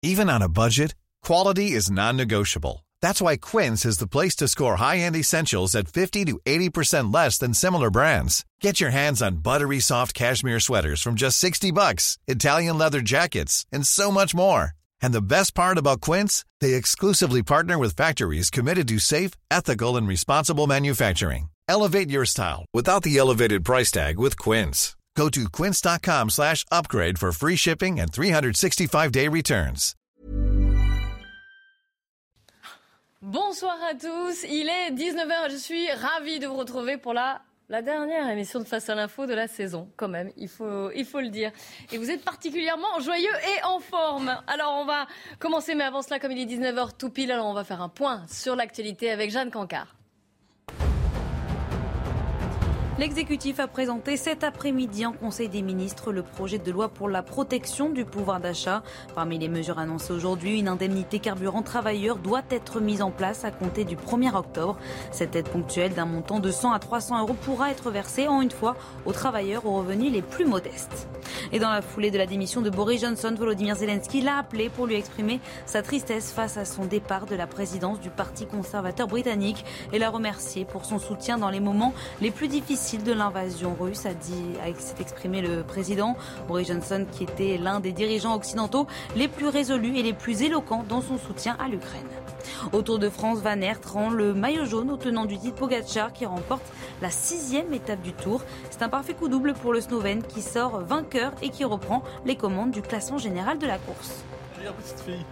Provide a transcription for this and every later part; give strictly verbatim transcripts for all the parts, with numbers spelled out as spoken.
Even on a budget, quality is non-negotiable. That's why Quince is the place to score high-end essentials at fifty to eighty percent less than similar brands. Get your hands on buttery soft cashmere sweaters from just sixty bucks, Italian leather jackets, and so much more. And the best part about Quince, they exclusively partner with factories committed to safe, ethical, and responsible manufacturing. Elevate your style without the elevated price tag with Quince. Go to quince.com slash upgrade for free shipping and three sixty-five day returns. Bonsoir à tous, il est dix-neuf heures et je suis ravie de vous retrouver pour la, la dernière émission de Face à l'info de la saison, quand même, il faut, il faut le dire. Et vous êtes particulièrement joyeux et en forme. Alors on va commencer, mais avant cela, comme il est dix-neuf heures tout pile, alors on va faire un point sur l'actualité avec Jeanne Cancard. L'exécutif a présenté cet après-midi en Conseil des ministres le projet de loi pour la protection du pouvoir d'achat. Parmi les mesures annoncées aujourd'hui, une indemnité carburant travailleur doit être mise en place à compter du premier octobre. Cette aide ponctuelle d'un montant de cent à trois cents euros pourra être versée en une fois aux travailleurs aux revenus les plus modestes. Et dans la foulée de la démission de Boris Johnson, Volodymyr Zelensky l'a appelé pour lui exprimer sa tristesse face à son départ de la présidence du Parti conservateur britannique et l'a remercié pour son soutien dans les moments les plus difficiles de l'invasion russe, a dit, s'est exprimé le président. Boris Johnson, qui était l'un des dirigeants occidentaux les plus résolus et les plus éloquents dans son soutien à l'Ukraine. Au Tour de France, Van Aert rend le maillot jaune au tenant du titre Pogacar qui remporte la sixième étape du Tour. C'est un parfait coup double pour le Slovène qui sort vainqueur et qui reprend les commandes du classement général de la course. Petite fille.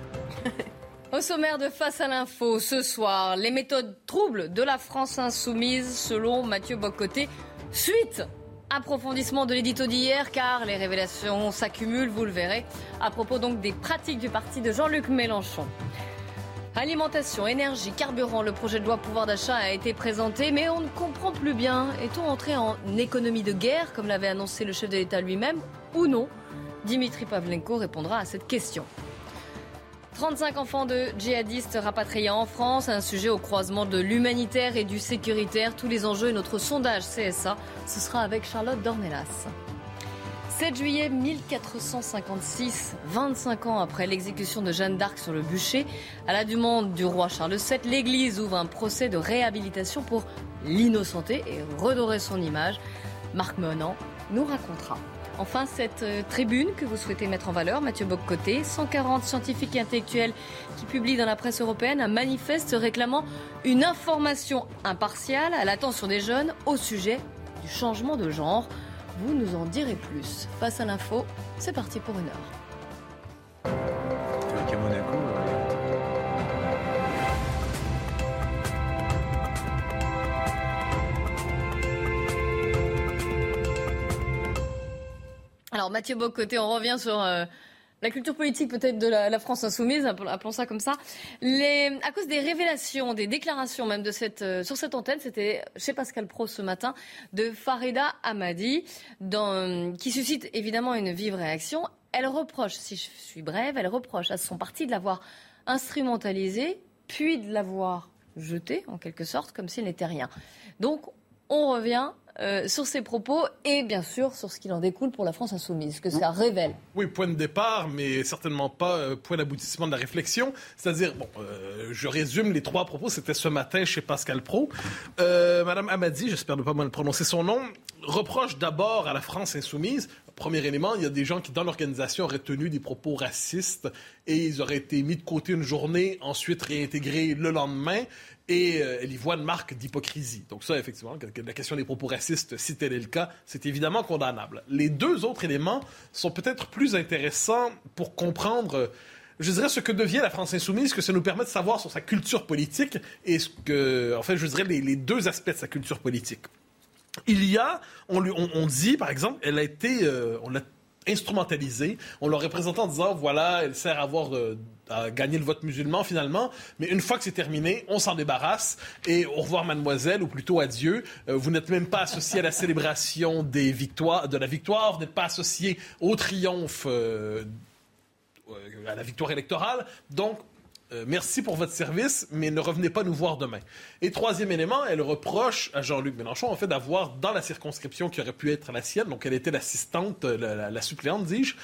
Au sommaire de Face à l'info, ce soir, les méthodes troubles de la France insoumise selon Mathieu Bock-Côté. Suite, approfondissement de l'édito d'hier car les révélations s'accumulent, vous le verrez, à propos donc des pratiques du parti de Jean-Luc Mélenchon. Alimentation, énergie, carburant, le projet de loi pouvoir d'achat a été présenté, mais on ne comprend plus bien. Est-on entré en économie de guerre, comme l'avait annoncé le chef de l'État lui-même, ou non ? Dimitri Pavlenko répondra à cette question. trente-cinq enfants de djihadistes rapatriés en France, un sujet au croisement de l'humanitaire et du sécuritaire. Tous les enjeux et notre sondage C S A, ce sera avec Charlotte Dornelas. sept juillet mille quatre cent cinquante-six, vingt-cinq ans après l'exécution de Jeanne d'Arc sur le bûcher, à la demande du roi Charles sept, l'Église ouvre un procès de réhabilitation pour l'innocenter et redorer son image. Marc Menon nous racontera. Enfin, cette tribune que vous souhaitez mettre en valeur, Mathieu Bock-Côté, cent quarante scientifiques et intellectuels qui publient dans la presse européenne un manifeste réclamant une information impartiale à l'attention des jeunes au sujet du changement de genre. Vous nous en direz plus. Face à l'info, c'est parti pour une heure. Tu vois qu'à Monaco, Alors Mathieu Bock-Côté, on revient sur euh, la culture politique peut-être de la, la France insoumise, appelons ça comme ça. Les, à cause des révélations, des déclarations même de cette, euh, sur cette antenne, c'était chez Pascal Praud ce matin, de Farida Hamadi, dans, qui suscite évidemment une vive réaction. Elle reproche, si je suis brève, elle reproche à son parti de l'avoir instrumentalisé, puis de l'avoir jeté en quelque sorte, comme s'il n'était rien. Donc on revient Euh, sur ses propos et bien sûr sur ce qu'il en découle pour la France insoumise, que ça révèle. Oui, point de départ, mais certainement pas euh, point d'aboutissement de la réflexion. C'est-à-dire, bon, euh, je résume les trois propos, c'était ce matin chez Pascal Praud. Euh, Madame Hamadi, j'espère ne pas mal prononcer son nom, reproche d'abord à la France insoumise. Premier élément, il y a des gens qui, dans l'organisation, auraient tenu des propos racistes et ils auraient été mis de côté une journée, ensuite réintégrés le lendemain. Et euh, elle y voit une marque d'hypocrisie. Donc ça, effectivement, la question des propos racistes, si tel est le cas, c'est évidemment condamnable. Les deux autres éléments sont peut-être plus intéressants pour comprendre, je dirais, ce que devient la France insoumise, que ça nous permet de savoir sur sa culture politique et ce que, en fait, je dirais, les, les deux aspects de sa culture politique. Il y a, on, lui, on, on dit, par exemple, elle a été, euh, on l'a instrumentalisée, on l'a représentée en disant, voilà, elle sert à avoir... Euh, à gagner le vote musulman finalement, mais une fois que c'est terminé, on s'en débarrasse et au revoir mademoiselle, ou plutôt adieu. Euh, vous n'êtes même pas associé à la célébration des victoires, de la victoire, vous n'êtes pas associé au triomphe, euh, à la victoire électorale, donc Euh, merci pour votre service, mais ne revenez pas nous voir demain. Et troisième élément, elle reproche à Jean-Luc Mélenchon en fait d'avoir, dans la circonscription qui aurait pu être la sienne, donc elle était l'assistante, la, la, la suppléante, dis-je,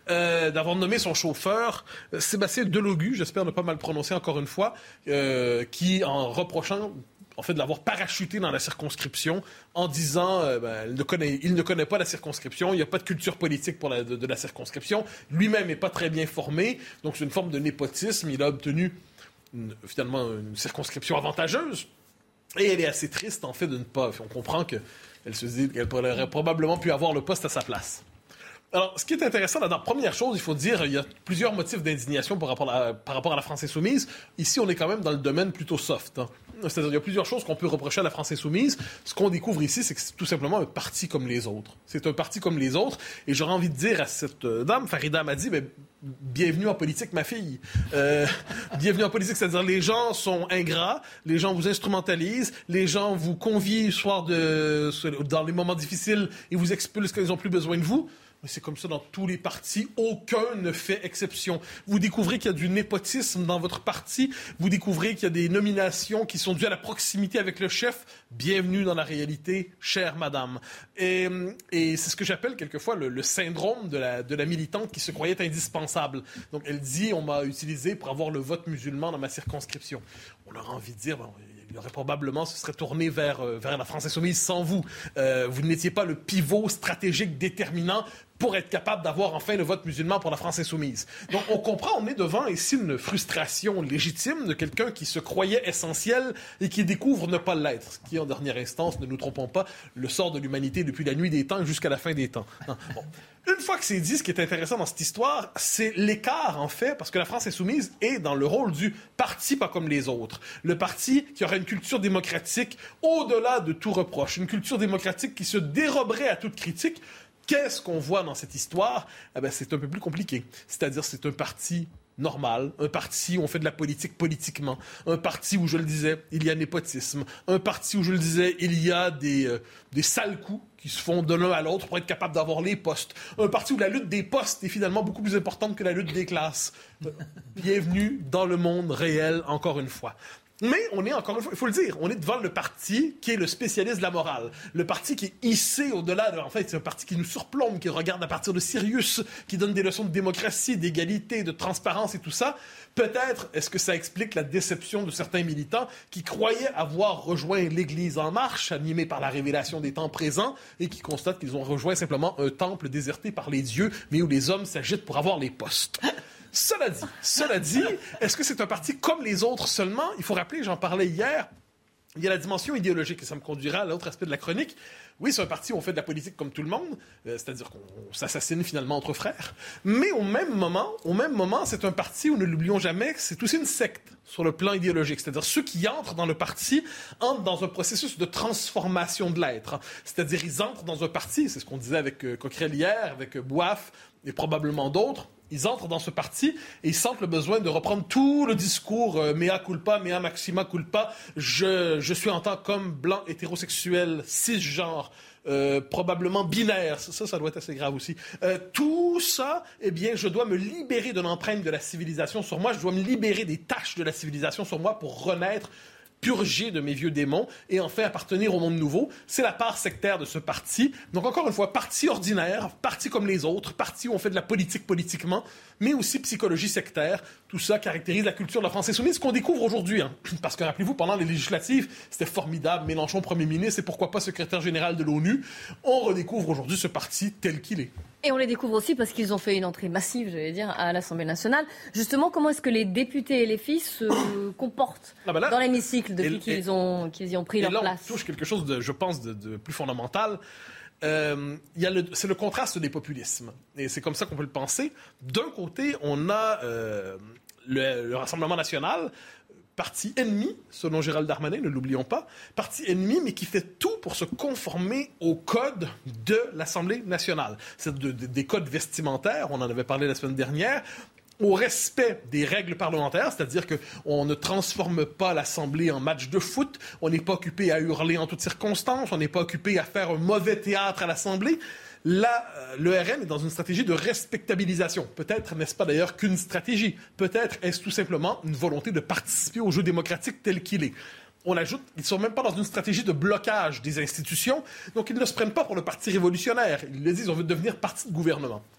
euh, d'avoir nommé son chauffeur, Sébastien Delogu, j'espère ne pas mal prononcer encore une fois, euh, qui, en reprochant en fait de l'avoir parachuté dans la circonscription en disant euh, ben, il, ne connaît, il ne connaît pas la circonscription, il n'y a pas de culture politique pour la, de, de la circonscription, lui-même n'est pas très bien formé, donc c'est une forme de népotisme, il a obtenu une, finalement une circonscription avantageuse, et elle est assez triste en fait de ne pas, on comprend qu'elle se dit qu'elle aurait probablement pu avoir le poste à sa place. Alors, ce qui est intéressant là-dedans, première chose, il faut dire, il y a plusieurs motifs d'indignation par rapport à, par rapport à la France insoumise. Ici, on est quand même dans le domaine plutôt soft. Hein. C'est-à-dire, il y a plusieurs choses qu'on peut reprocher à la France insoumise. Ce qu'on découvre ici, c'est que c'est tout simplement un parti comme les autres. C'est un parti comme les autres. Et j'aurais envie de dire à cette euh, dame, Farida Hamadi, ben, bienvenue en politique, ma fille. Euh, bienvenue en politique, c'est-à-dire les gens sont ingrats, les gens vous instrumentalisent, les gens vous convient soir de, dans les moments difficiles et vous expulsent quand ils n'ont plus besoin de vous. Mais c'est comme ça dans tous les partis. Aucun ne fait exception. Vous découvrez qu'il y a du népotisme dans votre parti. Vous découvrez qu'il y a des nominations qui sont dues à la proximité avec le chef. Bienvenue dans la réalité, chère madame. Et, et c'est ce que j'appelle quelquefois le, le syndrome de la, de la militante qui se croyait indispensable. Donc elle dit, on m'a utilisé pour avoir le vote musulman dans ma circonscription. On leur a envie de dire... Ben, il aurait probablement se serait tourné vers, euh, vers la France insoumise sans vous. Euh, vous n'étiez pas le pivot stratégique déterminant pour être capable d'avoir enfin le vote musulman pour la France insoumise. Donc on comprend, on est devant ici une frustration légitime de quelqu'un qui se croyait essentiel et qui découvre ne pas l'être. Ce qui est en dernière instance, ne nous trompons pas, le sort de l'humanité depuis la nuit des temps jusqu'à la fin des temps. Non, bon. Une fois que c'est dit, ce qui est intéressant dans cette histoire, c'est l'écart, en fait, parce que la France insoumise est dans le rôle du parti pas comme les autres. Le parti qui aurait une culture démocratique au-delà de tout reproche. Une culture démocratique qui se déroberait à toute critique. Qu'est-ce qu'on voit dans cette histoire? Eh bien, c'est un peu plus compliqué. C'est-à-dire, c'est un parti normal, un parti où on fait de la politique politiquement, un parti où, je le disais, il y a népotisme, un parti où, je le disais, il y a des, euh, des sales coups qui se font de l'un à l'autre pour être capable d'avoir les postes, un parti où la lutte des postes est finalement beaucoup plus importante que la lutte des classes. Bienvenue dans le monde réel, encore une fois. Mais on est, encore une fois, il faut le dire, on est devant le parti qui est le spécialiste de la morale. Le parti qui est hissé au-delà de... En fait, c'est un parti qui nous surplombe, qui regarde à partir de Sirius, qui donne des leçons de démocratie, d'égalité, de transparence et tout ça. Peut-être, est-ce que ça explique la déception de certains militants qui croyaient avoir rejoint l'Église en marche, animée par la révélation des temps présents, et qui constatent qu'ils ont rejoint simplement un temple déserté par les dieux, mais où les hommes s'agitent pour avoir les postes. Cela dit, cela dit, est-ce que c'est un parti comme les autres seulement? Il faut rappeler, j'en parlais hier, il y a la dimension idéologique, et ça me conduira à l'autre aspect de la chronique. Oui, c'est un parti où on fait de la politique comme tout le monde, euh, c'est-à-dire qu'on s'assassine finalement entre frères. Mais au même moment, au même moment, c'est un parti où, ne l'oublions jamais, c'est aussi une secte sur le plan idéologique. C'est-à-dire ceux qui entrent dans le parti entrent dans un processus de transformation de l'être. C'est-à-dire ils entrent dans un parti, c'est ce qu'on disait avec euh, Coquerel hier, avec euh, Bouaf et probablement d'autres. Ils entrent dans ce parti et ils sentent le besoin de reprendre tout le discours euh, mea culpa, mea maxima culpa. Je, je suis en tant qu'homme blanc, hétérosexuel, cisgenre, euh, probablement binaire. Ça, ça doit être assez grave aussi. Euh, tout ça, eh bien, je dois me libérer de l'empreinte de la civilisation sur moi. Je dois me libérer des tâches de la civilisation sur moi pour renaître, purger de mes vieux démons et enfin appartenir au monde nouveau. C'est la part sectaire de ce parti. Donc encore une fois, parti ordinaire, parti comme les autres, parti où on fait de la politique politiquement, mais aussi psychologie sectaire. Tout ça caractérise la culture de la France insoumise, ce qu'on découvre aujourd'hui. Hein. Parce que rappelez-vous, pendant les législatives, c'était formidable, Mélenchon Premier ministre et pourquoi pas secrétaire général de l'ONU. On redécouvre aujourd'hui ce parti tel qu'il est. Et on les découvre aussi parce qu'ils ont fait une entrée massive, j'allais dire, à l'Assemblée nationale. Justement, comment est-ce que les députés et les filles se comportent ah ben là, dans l'hémicycle depuis et, qu'ils, ont, qu'ils y ont pris et leur là, place? On touche quelque chose, de, je pense, de, de plus fondamental. Euh, y a le, c'est le contraste des populismes. Et c'est comme ça qu'on peut le penser. D'un côté, on a euh, le, le Rassemblement national, parti ennemi, selon Gérald Darmanin, ne l'oublions pas, parti ennemi, mais qui fait tout pour se conformer aux codes de l'Assemblée nationale. C'est de, de, des codes vestimentaires, on en avait parlé la semaine dernière, au respect des règles parlementaires, c'est-à-dire qu'on ne transforme pas l'Assemblée en match de foot, on n'est pas occupé à hurler en toutes circonstances, on n'est pas occupé à faire un mauvais théâtre à l'Assemblée. Là, le R N est dans une stratégie de respectabilisation. Peut-être n'est-ce pas d'ailleurs qu'une stratégie. Peut-être est-ce tout simplement une volonté de participer au jeu démocratique tel qu'il est. On ajoute, ils ne sont même pas dans une stratégie de blocage des institutions, donc ils ne se prennent pas pour le parti révolutionnaire. Ils le disent, on veut devenir parti de gouvernement.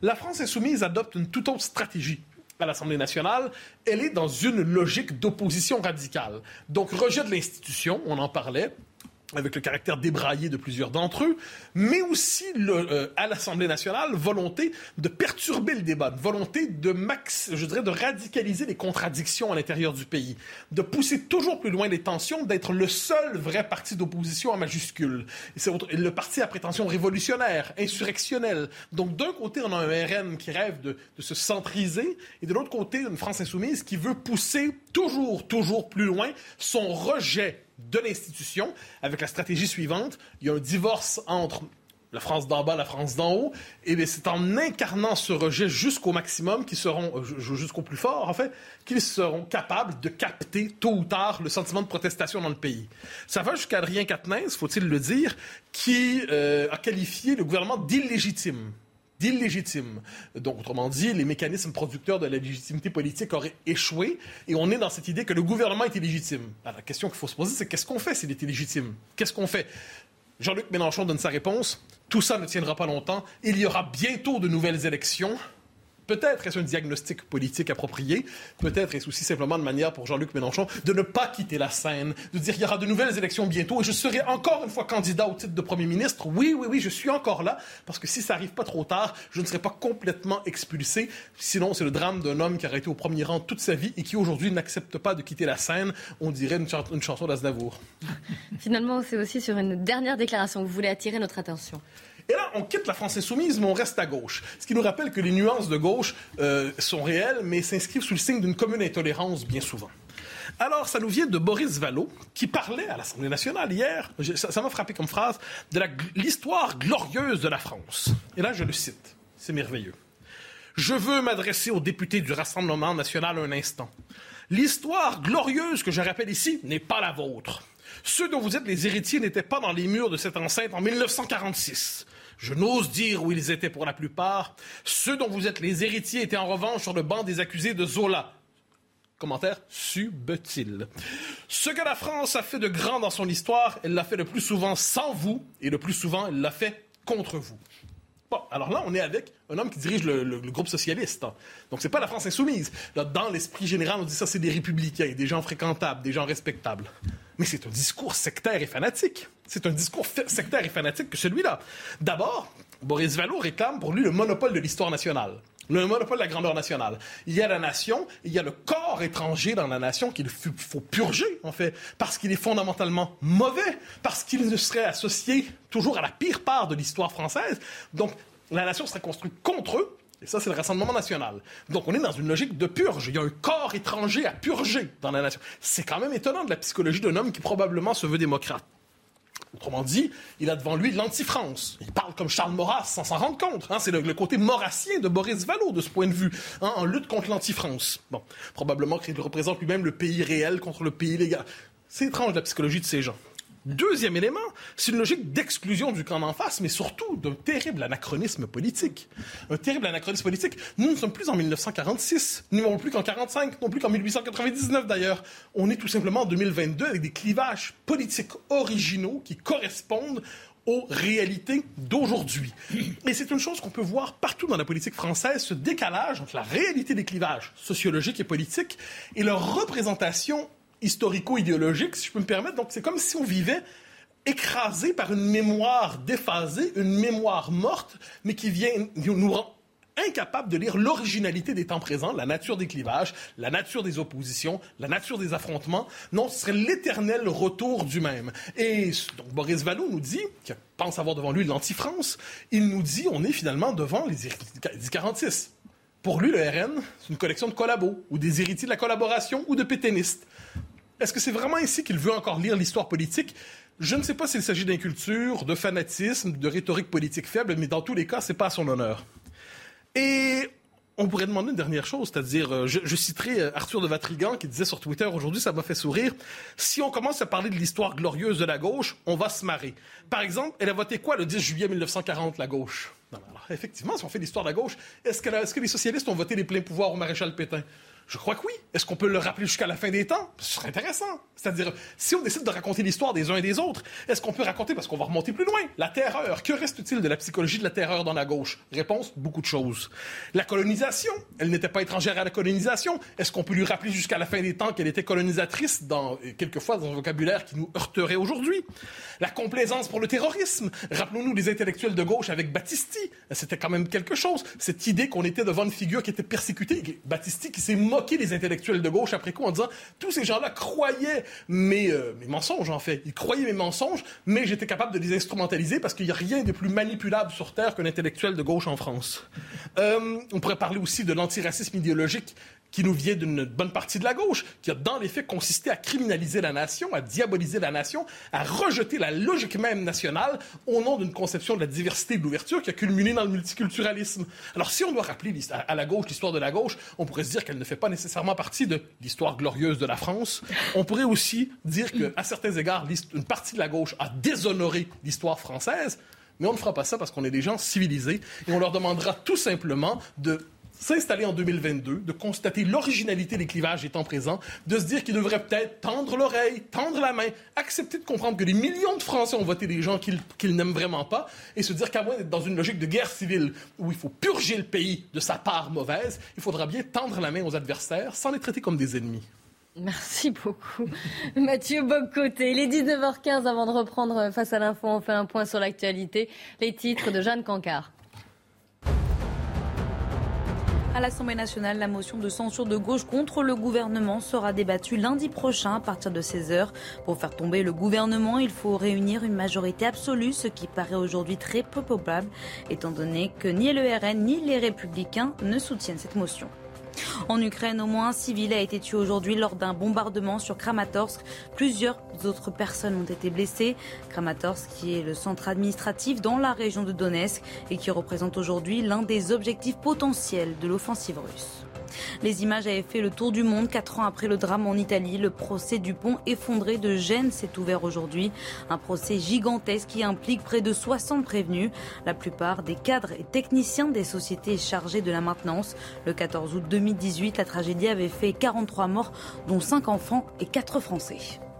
La France insoumise adopte une toute autre stratégie à l'Assemblée nationale. Elle est dans une logique d'opposition radicale. Donc, rejet de l'institution, on en parlait, avec le caractère débraillé de plusieurs d'entre eux, mais aussi le, euh, à l'Assemblée nationale, volonté de perturber le débat, volonté de max, je dirais, de radicaliser les contradictions à l'intérieur du pays, de pousser toujours plus loin les tensions, d'être le seul vrai parti d'opposition en majuscule. Et c'est autre, le parti à prétention révolutionnaire, insurrectionnelle. Donc d'un côté, on a un R N qui rêve de, de se centriser, et de l'autre côté, une France insoumise qui veut pousser toujours, toujours plus loin son rejet de l'institution, avec la stratégie suivante. Il y a un divorce entre la France d'en bas, la France d'en haut, et bien c'est en incarnant ce rejet jusqu'au maximum qu'ils seront, jusqu'au plus fort en fait, qu'ils seront capables de capter tôt ou tard le sentiment de protestation dans le pays. Ça va jusqu'à Adrien Quatennens, faut-il le dire, qui euh, a qualifié le gouvernement d'illégitime. d'illégitime. Donc, autrement dit, les mécanismes producteurs de la légitimité politique auraient échoué, et on est dans cette idée que le gouvernement est illégitime. Alors, la question qu'il faut se poser, c'est qu'est-ce qu'on fait s'il est illégitime? Qu'est-ce qu'on fait? Jean-Luc Mélenchon donne sa réponse. Tout ça ne tiendra pas longtemps. Il y aura bientôt de nouvelles élections. Peut-être est-ce un diagnostic politique approprié, peut-être est-ce aussi simplement une manière pour Jean-Luc Mélenchon de ne pas quitter la scène, de dire qu'il y aura de nouvelles élections bientôt et je serai encore une fois candidat au titre de Premier ministre. Oui, oui, oui, je suis encore là, parce que si ça n'arrive pas trop tard, je ne serai pas complètement expulsé. Sinon, c'est le drame d'un homme qui a été au premier rang toute sa vie et qui aujourd'hui n'accepte pas de quitter la scène. On dirait une, ch- une chanson d'Aznavour. Finalement, c'est aussi sur une dernière déclaration que vous voulez attirer notre attention. Et là, on quitte la France insoumise, mais on reste à gauche. Ce qui nous rappelle que les nuances de gauche euh, sont réelles, mais s'inscrivent sous le signe d'une commune intolérance bien souvent. Alors, ça nous vient de Boris Vallaud, qui parlait à l'Assemblée nationale hier, ça, ça m'a frappé comme phrase, de la, l'histoire glorieuse de la France. Et là, je le cite. C'est merveilleux. « Je veux m'adresser aux députés du Rassemblement national un instant. L'histoire glorieuse que je rappelle ici n'est pas la vôtre. Ceux dont vous êtes les héritiers n'étaient pas dans les murs de cette enceinte en dix-neuf cent quarante-six. Je n'ose dire où ils étaient pour la plupart. Ceux dont vous êtes les héritiers étaient en revanche sur le banc des accusés de Zola. » Commentaire subtil. « Ce que la France a fait de grand dans son histoire, elle l'a fait le plus souvent sans vous, et le plus souvent, elle l'a fait contre vous. » Bon, alors là, on est avec un homme qui dirige le, le, le groupe socialiste. Hein. Donc, c'est pas la France insoumise. Là, dans l'esprit général, on dit ça, c'est des républicains, des gens fréquentables, des gens respectables. Mais c'est un discours sectaire et fanatique. C'est un discours f- sectaire et fanatique que celui-là. D'abord, Boris Vallaud réclame pour lui le monopole de l'histoire nationale. Le monopole de la grandeur nationale. Il y a la nation, il y a le corps étranger dans la nation qu'il f- faut purger, en fait, parce qu'il est fondamentalement mauvais, parce qu'il ne serait associé toujours à la pire part de l'histoire française. Donc, la nation serait construite contre eux, et ça, c'est le Rassemblement national. Donc, on est dans une logique de purge. Il y a un corps étranger à purger dans la nation. C'est quand même étonnant de la psychologie d'un homme qui probablement se veut démocrate. Autrement dit, il a devant lui l'anti-France. Il parle comme Charles Maurras sans s'en rendre compte. Hein. C'est le, le côté maurassien de Boris Vallaud, de ce point de vue, hein, en lutte contre l'anti-France. Bon, probablement qu'il représente lui-même le pays réel contre le pays légal. C'est étrange, la psychologie de ces gens. Deuxième élément, c'est une logique d'exclusion du camp d'en face, mais surtout d'un terrible anachronisme politique. Un terrible anachronisme politique. Nous ne sommes plus en dix-neuf cent quarante-six, non plus qu'en quarante-cinq, non plus qu'en mille huit cent quatre-vingt-dix-neuf d'ailleurs. On est tout simplement en deux mille vingt-deux avec des clivages politiques originaux qui correspondent aux réalités d'aujourd'hui. Et c'est une chose qu'on peut voir partout dans la politique française, ce décalage entre la réalité des clivages sociologiques et politiques et leur représentation historico-idéologique, si je peux me permettre. Donc, c'est comme si on vivait écrasé par une mémoire déphasée, une mémoire morte, mais qui vient nous rend incapables de lire l'originalité des temps présents, la nature des clivages, la nature des oppositions, la nature des affrontements. Non, ce serait l'éternel retour du même. Et donc, Boris Vallaud nous dit, qui pense avoir devant lui l'anti-France, il nous dit, on est finalement devant les quarante-six. Pour lui, le R N, c'est une collection de collabos, ou des héritiers de la collaboration, ou de pétainistes. Est-ce que c'est vraiment ici qu'il veut encore lire l'histoire politique? Je ne sais pas s'il s'agit d'inculture, de fanatisme, de rhétorique politique faible, mais dans tous les cas, c'est pas à son honneur. Et on pourrait demander une dernière chose, c'est-à-dire, je, je citerai Arthur de Vatrigan qui disait sur Twitter aujourd'hui, ça m'a fait sourire, si on commence à parler de l'histoire glorieuse de la gauche, on va se marrer. Par exemple, elle a voté quoi le dix juillet mille neuf cent quarante, la gauche? Non, alors, effectivement, si on fait l'histoire de la gauche, est-ce que, la, est-ce que les socialistes ont voté les pleins pouvoirs au maréchal Pétain? Je crois que oui. Est-ce qu'on peut le rappeler jusqu'à la fin des temps? Ce serait intéressant. C'est-à-dire, si on décide de raconter l'histoire des uns et des autres, est-ce qu'on peut raconter, parce qu'on va remonter plus loin, la terreur? Que reste-t-il de la psychologie de la terreur dans la gauche? Réponse, beaucoup de choses. La colonisation, elle n'était pas étrangère à la colonisation. Est-ce qu'on peut lui rappeler jusqu'à la fin des temps qu'elle était colonisatrice, dans, quelquefois dans un vocabulaire qui nous heurterait aujourd'hui? La complaisance pour le terrorisme. Rappelons-nous les intellectuels de gauche avec Battisti. C'était quand même quelque chose. Cette idée qu'on était devant une figure qui était persécutée. Battisti qui s'est moqué des intellectuels de gauche après coup en disant tous ces gens-là croyaient mes, euh, mes mensonges en fait. Ils croyaient mes mensonges, mais j'étais capable de les instrumentaliser parce qu'il n'y a rien de plus manipulable sur Terre qu'un intellectuel de gauche en France. Euh, on pourrait parler aussi de l'antiracisme idéologique qui nous vient d'une bonne partie de la gauche, qui a dans les faits consisté à criminaliser la nation, à diaboliser la nation, à rejeter la logique même nationale au nom d'une conception de la diversité et de l'ouverture qui a culminé dans le multiculturalisme. Alors si on doit rappeler à la gauche l'histoire de la gauche, on pourrait se dire qu'elle ne fait pas nécessairement partie de l'histoire glorieuse de la France. On pourrait aussi dire qu'à certains égards, une partie de la gauche a déshonoré l'histoire française, mais on ne fera pas ça parce qu'on est des gens civilisés et on leur demandera tout simplement de s'installer en deux mille vingt-deux, de constater l'originalité des clivages étant présents, de se dire qu'ils devraient peut-être tendre l'oreille, tendre la main, accepter de comprendre que des millions de Français ont voté des gens qu'ils, qu'ils n'aiment vraiment pas, et se dire qu'à moins d'être dans une logique de guerre civile où il faut purger le pays de sa part mauvaise, il faudra bien tendre la main aux adversaires sans les traiter comme des ennemis. Merci beaucoup. Mathieu Bock-Côté. Il est dix-neuf heures quinze avant de reprendre Face à l'info. On fait un point sur l'actualité. Les titres de Jeanne Cancard. À l'Assemblée nationale, la motion de censure de gauche contre le gouvernement sera débattue lundi prochain à partir de seize heures. Pour faire tomber le gouvernement, il faut réunir une majorité absolue, ce qui paraît aujourd'hui très peu probable, étant donné que ni le R N ni les Républicains ne soutiennent cette motion. En Ukraine, au moins un civil a été tué aujourd'hui lors d'un bombardement sur Kramatorsk. Plusieurs autres personnes ont été blessées. Kramatorsk, qui est le centre administratif dans la région de Donetsk et qui représente aujourd'hui l'un des objectifs potentiels de l'offensive russe. Les images avaient fait le tour du monde quatre ans après le drame en Italie. Le procès du pont effondré de Gênes s'est ouvert aujourd'hui. Un procès gigantesque qui implique près de soixante prévenus. La plupart des cadres et techniciens des sociétés chargées de la maintenance. Le quatorze août deux mille dix-huit, la tragédie avait fait quarante-trois morts, dont cinq enfants et quatre Français.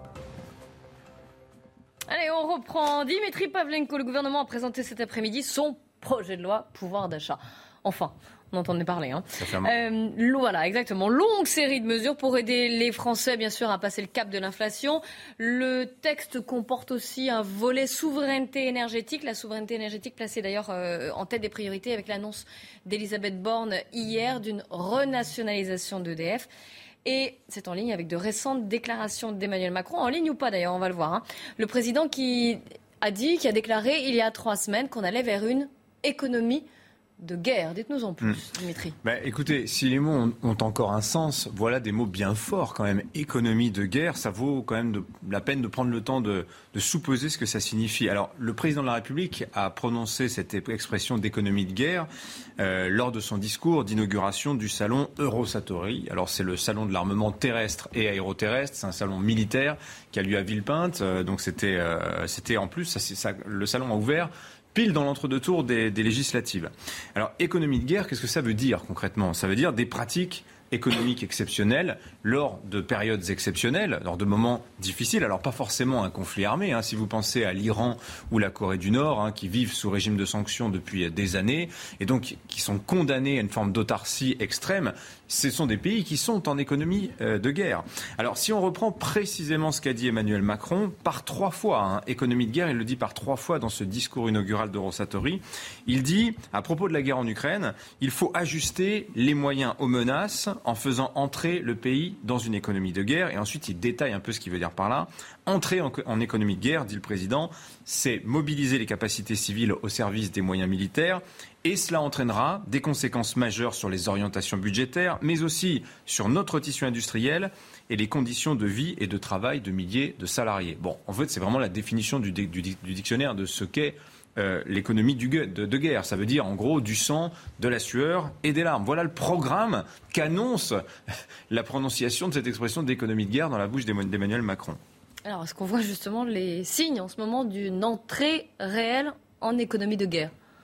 Allez, on reprend. Dimitri Pavlenko, le gouvernement a présenté cet après-midi son projet de loi pouvoir d'achat. Enfin, on entendait parler. Hein. Euh, voilà, exactement. Longue série de mesures pour aider les Français, bien sûr, à passer le cap de l'inflation. Le texte comporte aussi un volet souveraineté énergétique. La souveraineté énergétique placée d'ailleurs euh, en tête des priorités avec l'annonce d'Elisabeth Borne hier d'une renationalisation d'E D F. Et c'est en ligne avec de récentes déclarations d'Emmanuel Macron. En ligne ou pas d'ailleurs, on va le voir. Hein. Le président qui a dit, qui a déclaré il y a trois semaines qu'on allait vers une économie de guerre. Dites-nous en plus, mmh. Dimitri. Bah, écoutez, si les mots ont, ont encore un sens, voilà des mots bien forts quand même. Économie de guerre, ça vaut quand même de, la peine de prendre le temps de, de sous-peser ce que ça signifie. Alors, le président de la République a prononcé cette expression d'économie de guerre euh, lors de son discours d'inauguration du salon Eurosatory. Alors, c'est le salon de l'armement terrestre et aéroterrestre. C'est un salon militaire qui a lieu à Villepinte. Euh, donc, c'était, euh, c'était en plus, ça, ça, le salon a ouvert pile dans l'entre-deux-tours des, des législatives. Alors, économie de guerre, qu'est-ce que ça veut dire concrètement ? Ça veut dire des pratiques économiques exceptionnelles lors de périodes exceptionnelles, lors de moments difficiles. Alors, pas forcément un conflit armé. Hein, si vous pensez à l'Iran ou la Corée du Nord, hein, qui vivent sous régime de sanctions depuis des années et donc qui sont condamnés à une forme d'autarcie extrême, ce sont des pays qui sont en économie euh, de guerre. Alors, si on reprend précisément ce qu'a dit Emmanuel Macron, par trois fois, hein, économie de guerre, il le dit par trois fois dans ce discours inaugural d'Eurosatory, il dit, à propos de la guerre en Ukraine, il faut ajuster les moyens aux menaces en faisant entrer le pays dans une économie de guerre. Et ensuite, il détaille un peu ce qu'il veut dire par là. Entrer en, en économie de guerre, dit le président, c'est mobiliser les capacités civiles au service des moyens militaires. Et cela entraînera des conséquences majeures sur les orientations budgétaires, mais aussi sur notre tissu industriel et les conditions de vie et de travail de milliers de salariés. Bon, en fait, c'est vraiment la définition du, du, du dictionnaire de ce qu'est euh, l'économie du, de, de guerre. Ça veut dire, en gros, du sang, de la sueur et des larmes. Voilà le programme qu'annonce la prononciation de cette expression d'économie de guerre dans la bouche d'Emmanuel Macron. Alors, est-ce qu'on voit justement les signes en ce moment d'une entrée réelle en économie de guerre ?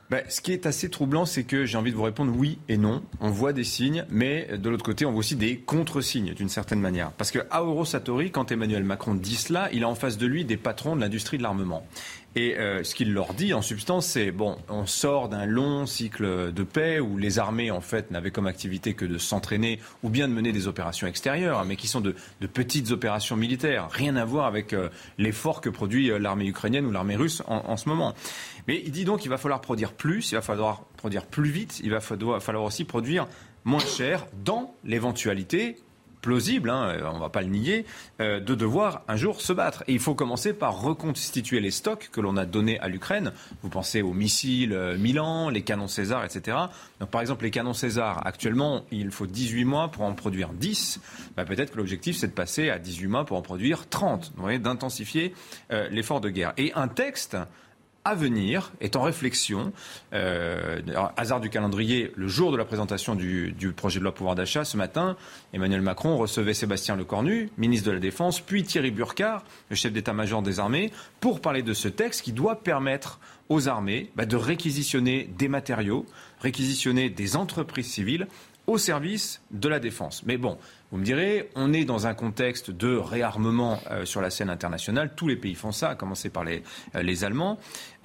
Ben, ce qui est assez troublant, c'est que j'ai envie de vous répondre oui et non. On voit des signes, mais de l'autre côté, on voit aussi des contre-signes d'une certaine manière. Parce que à Eurosatori, quand Emmanuel Macron dit cela, il a en face de lui des patrons de l'industrie de l'armement. Et euh, ce qu'il leur dit en substance, c'est bon, on sort d'un long cycle de paix où les armées en fait n'avaient comme activité que de s'entraîner ou bien de mener des opérations extérieures, mais qui sont de, de petites opérations militaires, rien à voir avec euh, l'effort que produit euh, l'armée ukrainienne ou l'armée russe en, en ce moment. Mais il dit donc qu'il va falloir produire plus, il va falloir produire plus vite, il va falloir aussi produire moins cher dans l'éventualité plausible, hein, on ne va pas le nier, euh, de devoir un jour se battre. Et il faut commencer par reconstituer les stocks que l'on a donnés à l'Ukraine. Vous pensez aux missiles euh, Milan, les canons César, et cetera. Donc, par exemple, les canons César, actuellement, il faut dix-huit mois pour en produire dix. Bah, peut-être que l'objectif, c'est de passer à dix-huit mois pour en produire trente. Vous voyez, d'intensifier euh, l'effort de guerre. Et un texte à venir est en réflexion. Euh, hasard du calendrier, le jour de la présentation du, du projet de loi pouvoir d'achat, ce matin, Emmanuel Macron recevait Sébastien Lecornu, ministre de la Défense, puis Thierry Burkhardt, le chef d'état-major des armées, pour parler de ce texte qui doit permettre aux armées bah, de réquisitionner des matériaux, réquisitionner des entreprises civiles au service de la défense. Mais bon, vous me direz, on est dans un contexte de réarmement euh, sur la scène internationale. Tous les pays font ça, à commencer par les, euh, les Allemands.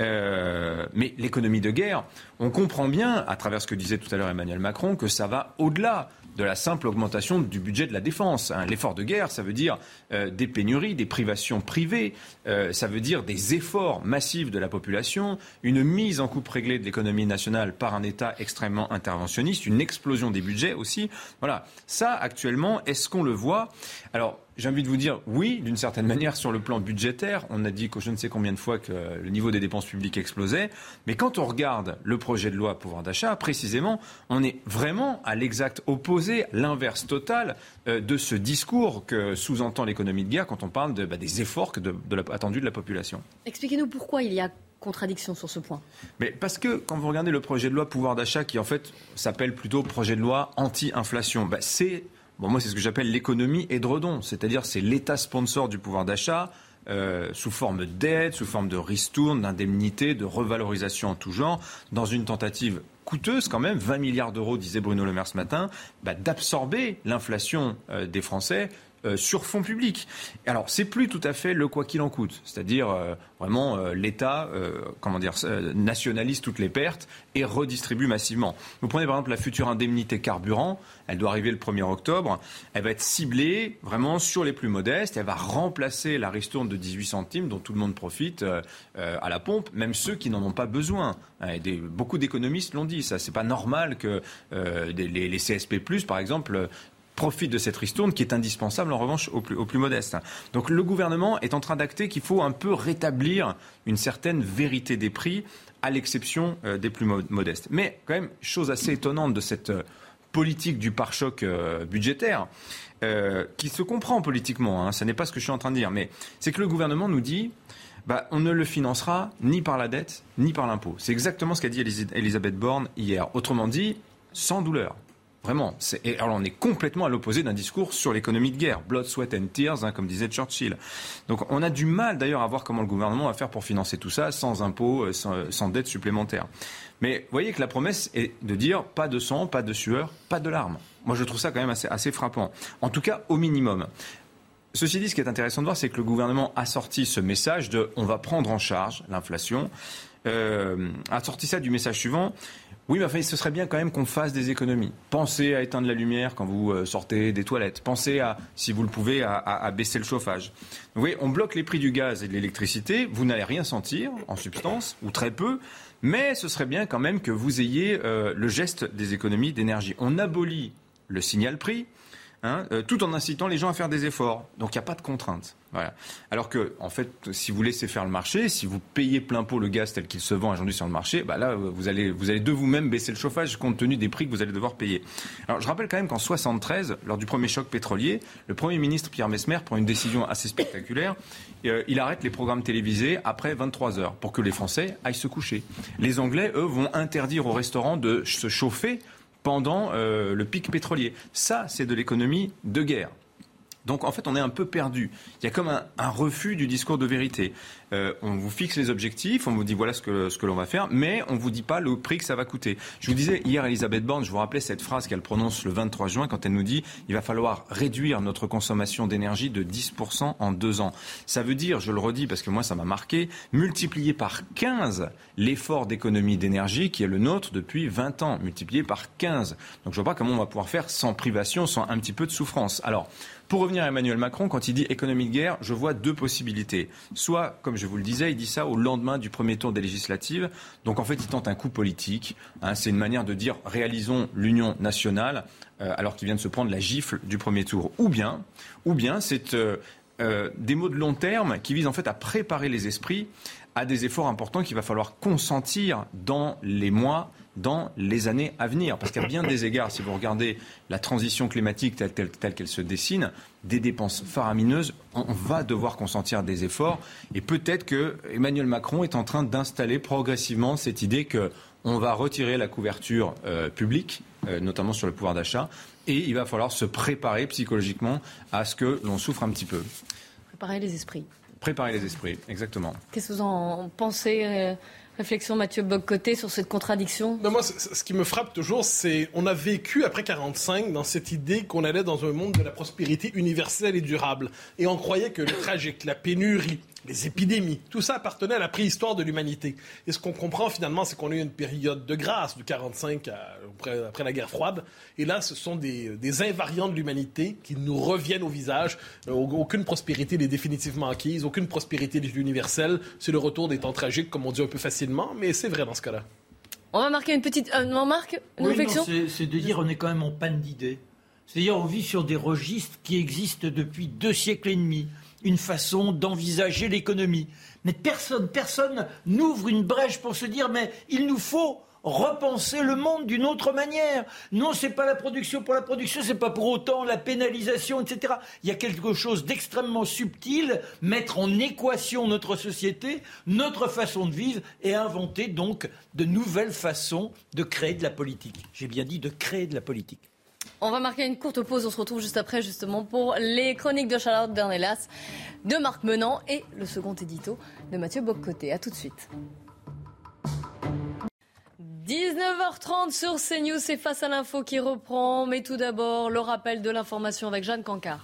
Euh, mais l'économie de guerre, on comprend bien, à travers ce que disait tout à l'heure Emmanuel Macron, que ça va au-delà de la simple augmentation du budget de la défense. Hein. L'effort de guerre, ça veut dire euh, des pénuries, des privations privées, euh, ça veut dire des efforts massifs de la population, une mise en coupe réglée de l'économie nationale par un État extrêmement interventionniste, une explosion des budgets aussi. Voilà. Ça, actuellement, est-ce qu'on le voit ? Alors, j'ai envie de vous dire oui, d'une certaine manière, sur le plan budgétaire. On a dit que je ne sais combien de fois que le niveau des dépenses publiques explosait. Mais quand on regarde le projet de loi pouvoir d'achat, précisément, on est vraiment à l'exact opposé, l'inverse total euh, de ce discours que sous-entend l'économie de guerre quand on parle de, bah, des efforts que de, de la, attendus de la population. Expliquez-nous pourquoi il y a contradiction sur ce point. Mais parce que quand vous regardez le projet de loi pouvoir d'achat, qui en fait s'appelle plutôt projet de loi anti-inflation, bah, c'est... Bon, moi, c'est ce que j'appelle l'économie édredon, c'est-à-dire c'est l'État sponsor du pouvoir d'achat euh, sous forme d'aide, sous forme de ristourne, d'indemnité, de revalorisation en tout genre, dans une tentative coûteuse quand même, vingt milliards d'euros, disait Bruno Le Maire ce matin, bah, d'absorber l'inflation euh, des Français Euh, sur fonds publics. Alors, c'est plus tout à fait le quoi qu'il en coûte, c'est-à-dire euh, vraiment euh, l'État, euh, comment dire, euh, nationalise toutes les pertes et redistribue massivement. Vous prenez par exemple la future indemnité carburant, elle doit arriver le premier octobre, elle va être ciblée vraiment sur les plus modestes, elle va remplacer la ristourne de dix-huit centimes dont tout le monde profite euh, euh, à la pompe, même ceux qui n'en ont pas besoin. Et des, beaucoup d'économistes l'ont dit, ça, c'est pas normal que euh, des, les, les C S P plus, par exemple, profite de cette ristourne qui est indispensable en revanche aux plus, aux plus modestes. Donc le gouvernement est en train d'acter qu'il faut un peu rétablir une certaine vérité des prix à l'exception euh, des plus mo- modestes. Mais quand même, chose assez étonnante de cette euh, politique du pare-choc euh, budgétaire, euh, qui se comprend politiquement, hein, ce n'est pas ce que je suis en train de dire, mais c'est que le gouvernement nous dit bah, on ne le financera ni par la dette ni par l'impôt. C'est exactement ce qu'a dit Elisabeth Borne hier. Autrement dit, sans douleur. Vraiment. C'est, et alors on est complètement à l'opposé d'un discours sur l'économie de guerre. Blood, sweat and tears, hein, comme disait Churchill. Donc on a du mal d'ailleurs à voir comment le gouvernement va faire pour financer tout ça sans impôts, sans, sans dette supplémentaire. Mais vous voyez que la promesse est de dire pas de sang, pas de sueur, pas de larmes. Moi je trouve ça quand même assez, assez frappant. En tout cas au minimum. Ceci dit, ce qui est intéressant de voir, c'est que le gouvernement a sorti ce message de on va prendre en charge l'inflation. Euh, a sorti ça du message suivant. Oui, mais enfin, ce serait bien quand même qu'on fasse des économies. Pensez à éteindre la lumière quand vous euh, sortez des toilettes. Pensez à, si vous le pouvez, à, à, à baisser le chauffage. Vous voyez, on bloque les prix du gaz et de l'électricité. Vous n'allez rien sentir, en substance, ou très peu. Mais ce serait bien quand même que vous ayez euh, le geste des économies d'énergie. On abolit le signal prix, hein, euh, tout en incitant les gens à faire des efforts. Donc il n'y a pas de contrainte. Voilà. Alors que, en fait, si vous laissez faire le marché, si vous payez plein pot le gaz tel qu'il se vend aujourd'hui sur le marché, bah là, vous allez, vous allez de vous-même baisser le chauffage compte tenu des prix que vous allez devoir payer. Alors, je rappelle quand même qu'en soixante-treize, lors du premier choc pétrolier, le Premier ministre Pierre Messmer prend une décision assez spectaculaire. Euh, il arrête les programmes télévisés après vingt-trois heures pour que les Français aillent se coucher. Les Anglais, eux, vont interdire aux restaurants de se chauffer pendant euh, le pic pétrolier. Ça, c'est de l'économie de guerre. Donc en fait, on est un peu perdu. Il y a comme un, un refus du discours de vérité. Euh, on vous fixe les objectifs, on vous dit voilà ce que, ce que l'on va faire, mais on ne vous dit pas le prix que ça va coûter. Je vous disais hier, Elisabeth Borne, je vous rappelais cette phrase qu'elle prononce le vingt-trois juin quand elle nous dit il va falloir réduire notre consommation d'énergie de dix pour cent en deux ans. Ça veut dire, je le redis parce que moi ça m'a marqué, multiplier par quinze l'effort d'économie d'énergie qui est le nôtre depuis vingt ans, multiplié par quinze. Donc je ne vois pas comment on va pouvoir faire sans privation, sans un petit peu de souffrance. Alors, pour revenir à Emmanuel Macron, quand il dit économie de guerre, je vois deux possibilités. Soit, comme je vous le disais, il dit ça au lendemain du premier tour des législatives. Donc en fait, il tente un coup politique. Hein, c'est une manière de dire réalisons l'union nationale, euh, alors qu'il vient de se prendre la gifle du premier tour. Ou bien, ou bien c'est euh, euh, des mots de long terme qui visent en fait à préparer les esprits à des efforts importants qu'il va falloir consentir dans les mois, dans les années à venir. Parce qu'à bien des égards, si vous regardez la transition climatique telle, telle, telle qu'elle se dessine, des dépenses faramineuses, on va devoir consentir des efforts. Et peut-être que Emmanuel Macron est en train d'installer progressivement cette idée qu'on va retirer la couverture euh, publique, euh, notamment sur le pouvoir d'achat, et il va falloir se préparer psychologiquement à ce que l'on souffre un petit peu. Préparer les esprits. Préparer les esprits, exactement. Qu'est-ce que vous en pensez euh, Réflexion, Mathieu Bock-Côté, sur cette contradiction? Non, moi, ce qui me frappe toujours, c'est on a vécu après quarante-cinq dans cette idée qu'on allait dans un monde de la prospérité universelle et durable. Et on croyait que le tragique, la pénurie, les épidémies, tout ça appartenait à la préhistoire de l'humanité. Et ce qu'on comprend finalement, c'est qu'on a eu une période de grâce du quarante-cinq à, après, après la guerre froide. Et là, ce sont des, des invariants de l'humanité qui nous reviennent au visage. Euh, aucune prospérité n'est définitivement acquise, aucune prospérité n'est universelle. C'est le retour des temps tragiques, comme on dit un peu facilement, mais c'est vrai dans ce cas-là. On va marquer une petite... Euh, on marque une oui, réflexion non, c'est, c'est de dire on est quand même en panne d'idées. C'est-à-dire on vit sur des registres qui existent depuis deux siècles et demi. Une façon d'envisager l'économie. Mais personne, personne n'ouvre une brèche pour se dire mais il nous faut repenser le monde d'une autre manière. Non, c'est pas la production pour la production, c'est pas pour autant la pénalisation, et cetera. Il y a quelque chose d'extrêmement subtil, mettre en équation notre société, notre façon de vivre et inventer donc de nouvelles façons de créer de la politique. J'ai bien dit de créer de la politique. On va marquer une courte pause, on se retrouve juste après justement pour les chroniques de Charlotte Dornelas, de Marc Menant et le second édito de Mathieu Bock-Côté. A tout de suite. dix-neuf heures trente sur CNews, c'est Face à l'info qui reprend, mais tout d'abord le rappel de l'information avec Jeanne Cancard.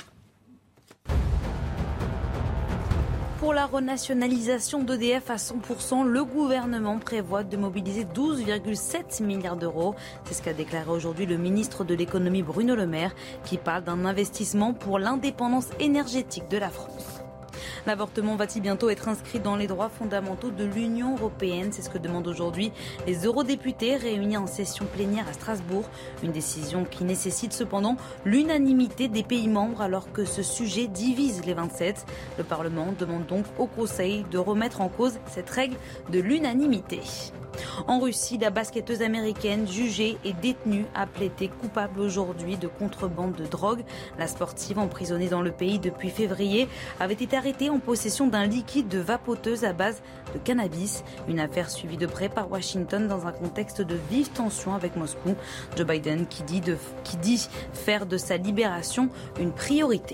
Pour la renationalisation d'E D F à cent pour cent, le gouvernement prévoit de mobiliser douze virgule sept milliards d'euros. C'est ce qu'a déclaré aujourd'hui le ministre de l'économie Bruno Le Maire, qui parle d'un investissement pour l'indépendance énergétique de la France. L'avortement va-t-il bientôt être inscrit dans les droits fondamentaux de l'Union européenne? C'est ce que demandent aujourd'hui les eurodéputés réunis en session plénière à Strasbourg. Une décision qui nécessite cependant l'unanimité des pays membres alors que ce sujet divise les vingt-sept. Le Parlement demande donc au Conseil de remettre en cause cette règle de l'unanimité. En Russie, la basketteuse américaine jugée et détenue a plaidé coupable aujourd'hui de contrebande de drogue. La sportive emprisonnée dans le pays depuis février avait été arrêtée en possession d'un liquide de vapoteuse à base de cannabis. Une affaire suivie de près par Washington dans un contexte de vive tension avec Moscou. Joe Biden qui dit, de, qui dit faire de sa libération une priorité.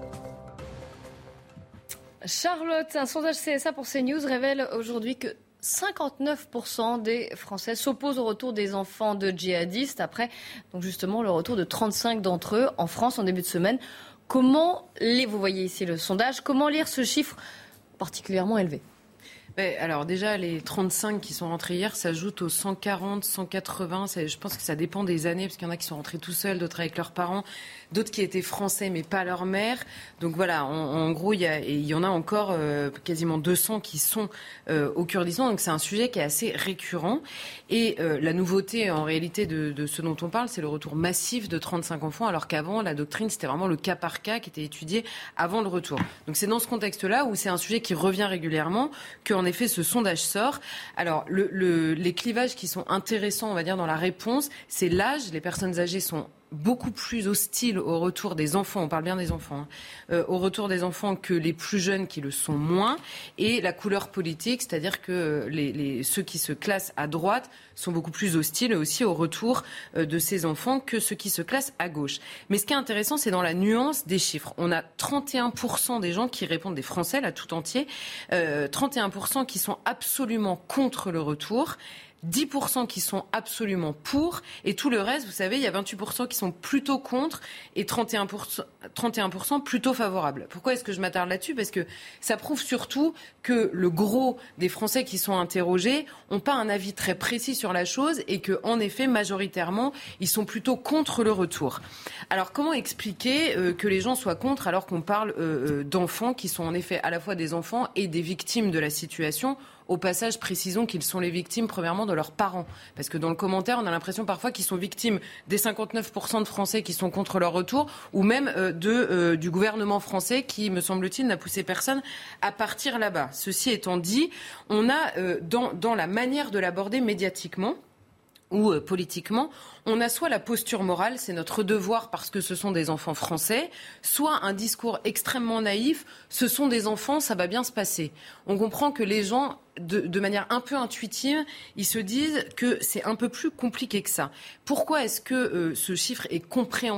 Charlotte, un sondage C S A pour CNews révèle aujourd'hui que cinquante-neuf pour cent des Français s'opposent au retour des enfants de djihadistes après donc justement le retour de trente-cinq d'entre eux en France en début de semaine. Comment les, vous voyez ici le sondage, comment lire ce chiffre particulièrement élevé? Ben, alors déjà, les trente-cinq qui sont rentrés hier s'ajoutent aux cent quarante, cent quatre-vingts. Ça, je pense que ça dépend des années, parce qu'il y en a qui sont rentrés tout seuls, d'autres avec leurs parents, d'autres qui étaient français mais pas leur mère. Donc voilà, en, en gros, il y, a, et il y en a encore euh, quasiment deux cents qui sont euh, au Kurdistan. Donc c'est un sujet qui est assez récurrent. Et euh, la nouveauté, en réalité, de, de ce dont on parle, c'est le retour massif de trente-cinq enfants, alors qu'avant, la doctrine, c'était vraiment le cas par cas qui était étudié avant le retour. Donc c'est dans ce contexte-là où c'est un sujet qui revient régulièrement que en effet, ce sondage sort. Alors, le, le, les clivages qui sont intéressants, on va dire, dans la réponse, c'est l'âge. Les personnes âgées sont beaucoup plus hostiles au retour des enfants, on parle bien des enfants, hein, euh, au retour des enfants que les plus jeunes qui le sont moins, et la couleur politique, c'est-à-dire que les, les, ceux qui se classent à droite sont beaucoup plus hostiles aussi au retour euh, de ces enfants que ceux qui se classent à gauche. Mais ce qui est intéressant, c'est dans la nuance des chiffres. On a trente et un pour cent des gens qui répondent, des Français là tout entier, euh, trente et un pour cent qui sont absolument contre le retour, dix pour cent qui sont absolument pour, et tout le reste, vous savez, il y a vingt-huit pour cent qui sont plutôt contre et trente et un pour cent, trente et un pour cent plutôt favorables. Pourquoi est-ce que je m'attarde là-dessus ? Parce que ça prouve surtout que le gros des Français qui sont interrogés n'ont pas un avis très précis sur la chose et que, en effet, majoritairement, ils sont plutôt contre le retour. Alors, comment expliquer euh, que les gens soient contre alors qu'on parle euh, d'enfants qui sont en effet à la fois des enfants et des victimes de la situation ? Au passage, précisons qu'ils sont les victimes, premièrement, de leurs parents. Parce que dans le commentaire, on a l'impression parfois qu'ils sont victimes des cinquante-neuf pour cent de Français qui sont contre leur retour, ou même euh, de, euh, du gouvernement français qui, me semble-t-il, n'a poussé personne à partir là-bas. Ceci étant dit, on a, euh, dans, dans la manière de l'aborder médiatiquement, ou euh, politiquement, on a soit la posture morale, c'est notre devoir parce que ce sont des enfants français, soit un discours extrêmement naïf, ce sont des enfants, ça va bien se passer. On comprend que les gens, de, de manière un peu intuitive, ils se disent que c'est un peu plus compliqué que ça. Pourquoi est-ce que euh, ce chiffre est compréhensible ?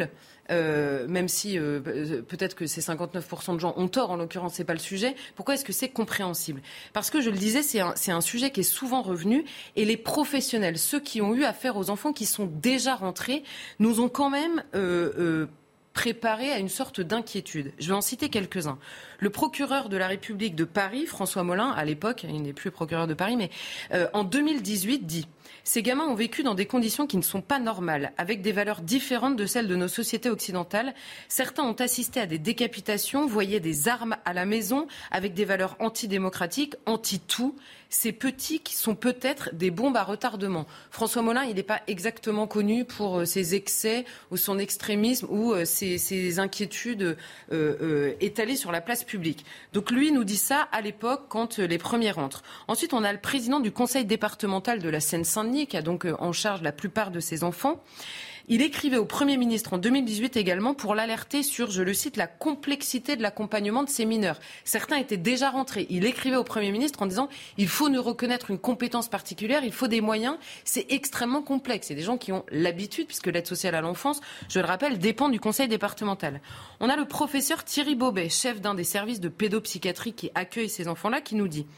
Euh, même si euh, peut-être que ces cinquante-neuf pour cent de gens ont tort, en l'occurrence, c'est pas le sujet. Pourquoi est-ce que c'est compréhensible ? Parce que, je le disais, c'est un, c'est un sujet qui est souvent revenu, et les professionnels, ceux qui ont eu affaire aux enfants qui sont déjà rentrés, nous ont quand même euh, euh, préparé à une sorte d'inquiétude. Je vais en citer quelques-uns. Le procureur de la République de Paris, François Molin, à l'époque, il n'est plus procureur de Paris, mais euh, en deux mille dix-huit, dit « Ces gamins ont vécu dans des conditions qui ne sont pas normales, avec des valeurs différentes de celles de nos sociétés occidentales. Certains ont assisté à des décapitations, voyaient des armes à la maison, avec des valeurs antidémocratiques, anti-tout. Ces petits qui sont peut-être des bombes à retardement. » François Molin, il n'est pas exactement connu pour euh, ses excès ou son extrémisme ou euh, ses, ses inquiétudes euh, euh, étalées sur la place publique. Donc lui nous dit ça à l'époque quand euh, les premiers rentrent. Ensuite, on a le président du conseil départemental de la Seine-Saint-Denis qui a donc euh, en charge la plupart de ses enfants. Il écrivait au Premier ministre en deux mille dix-huit également pour l'alerter sur, je le cite, la complexité de l'accompagnement de ces mineurs. Certains étaient déjà rentrés. Il écrivait au Premier ministre en disant « Il faut nous reconnaître une compétence particulière, il faut des moyens, c'est extrêmement complexe. » C'est des gens qui ont l'habitude, puisque l'aide sociale à l'enfance, je le rappelle, dépend du conseil départemental. On a le professeur Thierry Bobet, chef d'un des services de pédopsychiatrie qui accueille ces enfants-là, qui nous dit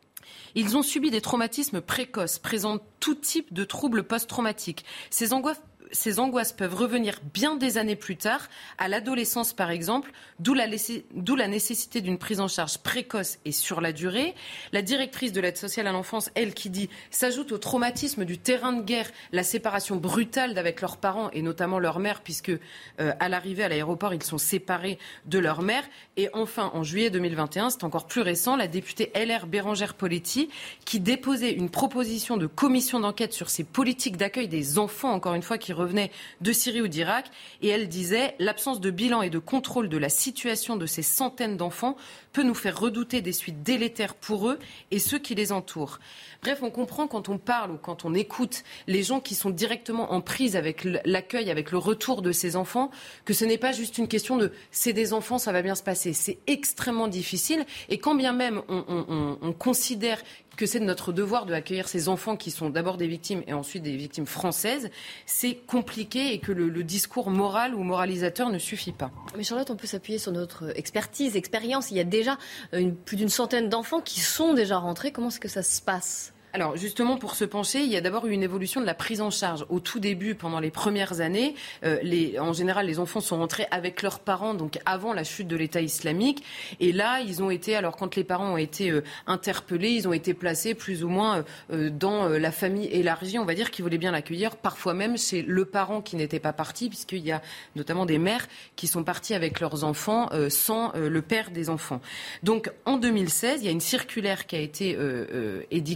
« Ils ont subi des traumatismes précoces, présentent tout type de troubles post-traumatiques. Ces angoisses Ces angoisses peuvent revenir bien des années plus tard, à l'adolescence par exemple, d'où la, d'où la nécessité d'une prise en charge précoce et sur la durée. La directrice de l'aide sociale à l'enfance, elle, qui dit « S'ajoute au traumatisme du terrain de guerre la séparation brutale d'avec leurs parents et notamment leur mère, puisque euh, à l'arrivée à l'aéroport, ils sont séparés de leur mère. » Et enfin, en juillet deux mille vingt et un, c'est encore plus récent, la députée L R Bérangère Poletti, qui déposait une proposition de commission d'enquête sur ces politiques d'accueil des enfants, encore une fois, qui revenaient de Syrie ou d'Irak, et elle disait « L'absence de bilan et de contrôle de la situation de ces centaines d'enfants peut nous faire redouter des suites délétères pour eux et ceux qui les entourent. » Bref, on comprend quand on parle ou quand on écoute les gens qui sont directement en prise avec l'accueil, avec le retour de ces enfants, que ce n'est pas juste une question de « c'est des enfants, ça va bien se passer ». C'est extrêmement difficile, et quand bien même on, on, on, on considère que c'est de notre devoir de accueillir ces enfants qui sont d'abord des victimes et ensuite des victimes françaises, c'est compliqué et que le, le discours moral ou moralisateur ne suffit pas. Mais Charlotte, on peut s'appuyer sur notre expertise, expérience. Il y a déjà une, plus d'une centaine d'enfants qui sont déjà rentrés. Comment est-ce que ça se passe ? Alors justement, pour se pencher, il y a d'abord eu une évolution de la prise en charge. Au tout début, pendant les premières années, euh, les, en général, les enfants sont rentrés avec leurs parents, donc avant la chute de l'État islamique. Et là, ils ont été, alors quand les parents ont été euh, interpellés, ils ont été placés plus ou moins euh, dans euh, la famille élargie, on va dire, qui voulait bien l'accueillir, parfois même chez le parent qui n'était pas parti, puisqu'il y a notamment des mères qui sont parties avec leurs enfants euh, sans euh, le père des enfants. Donc en deux mille seize, il y a une circulaire qui a été euh, euh, édictée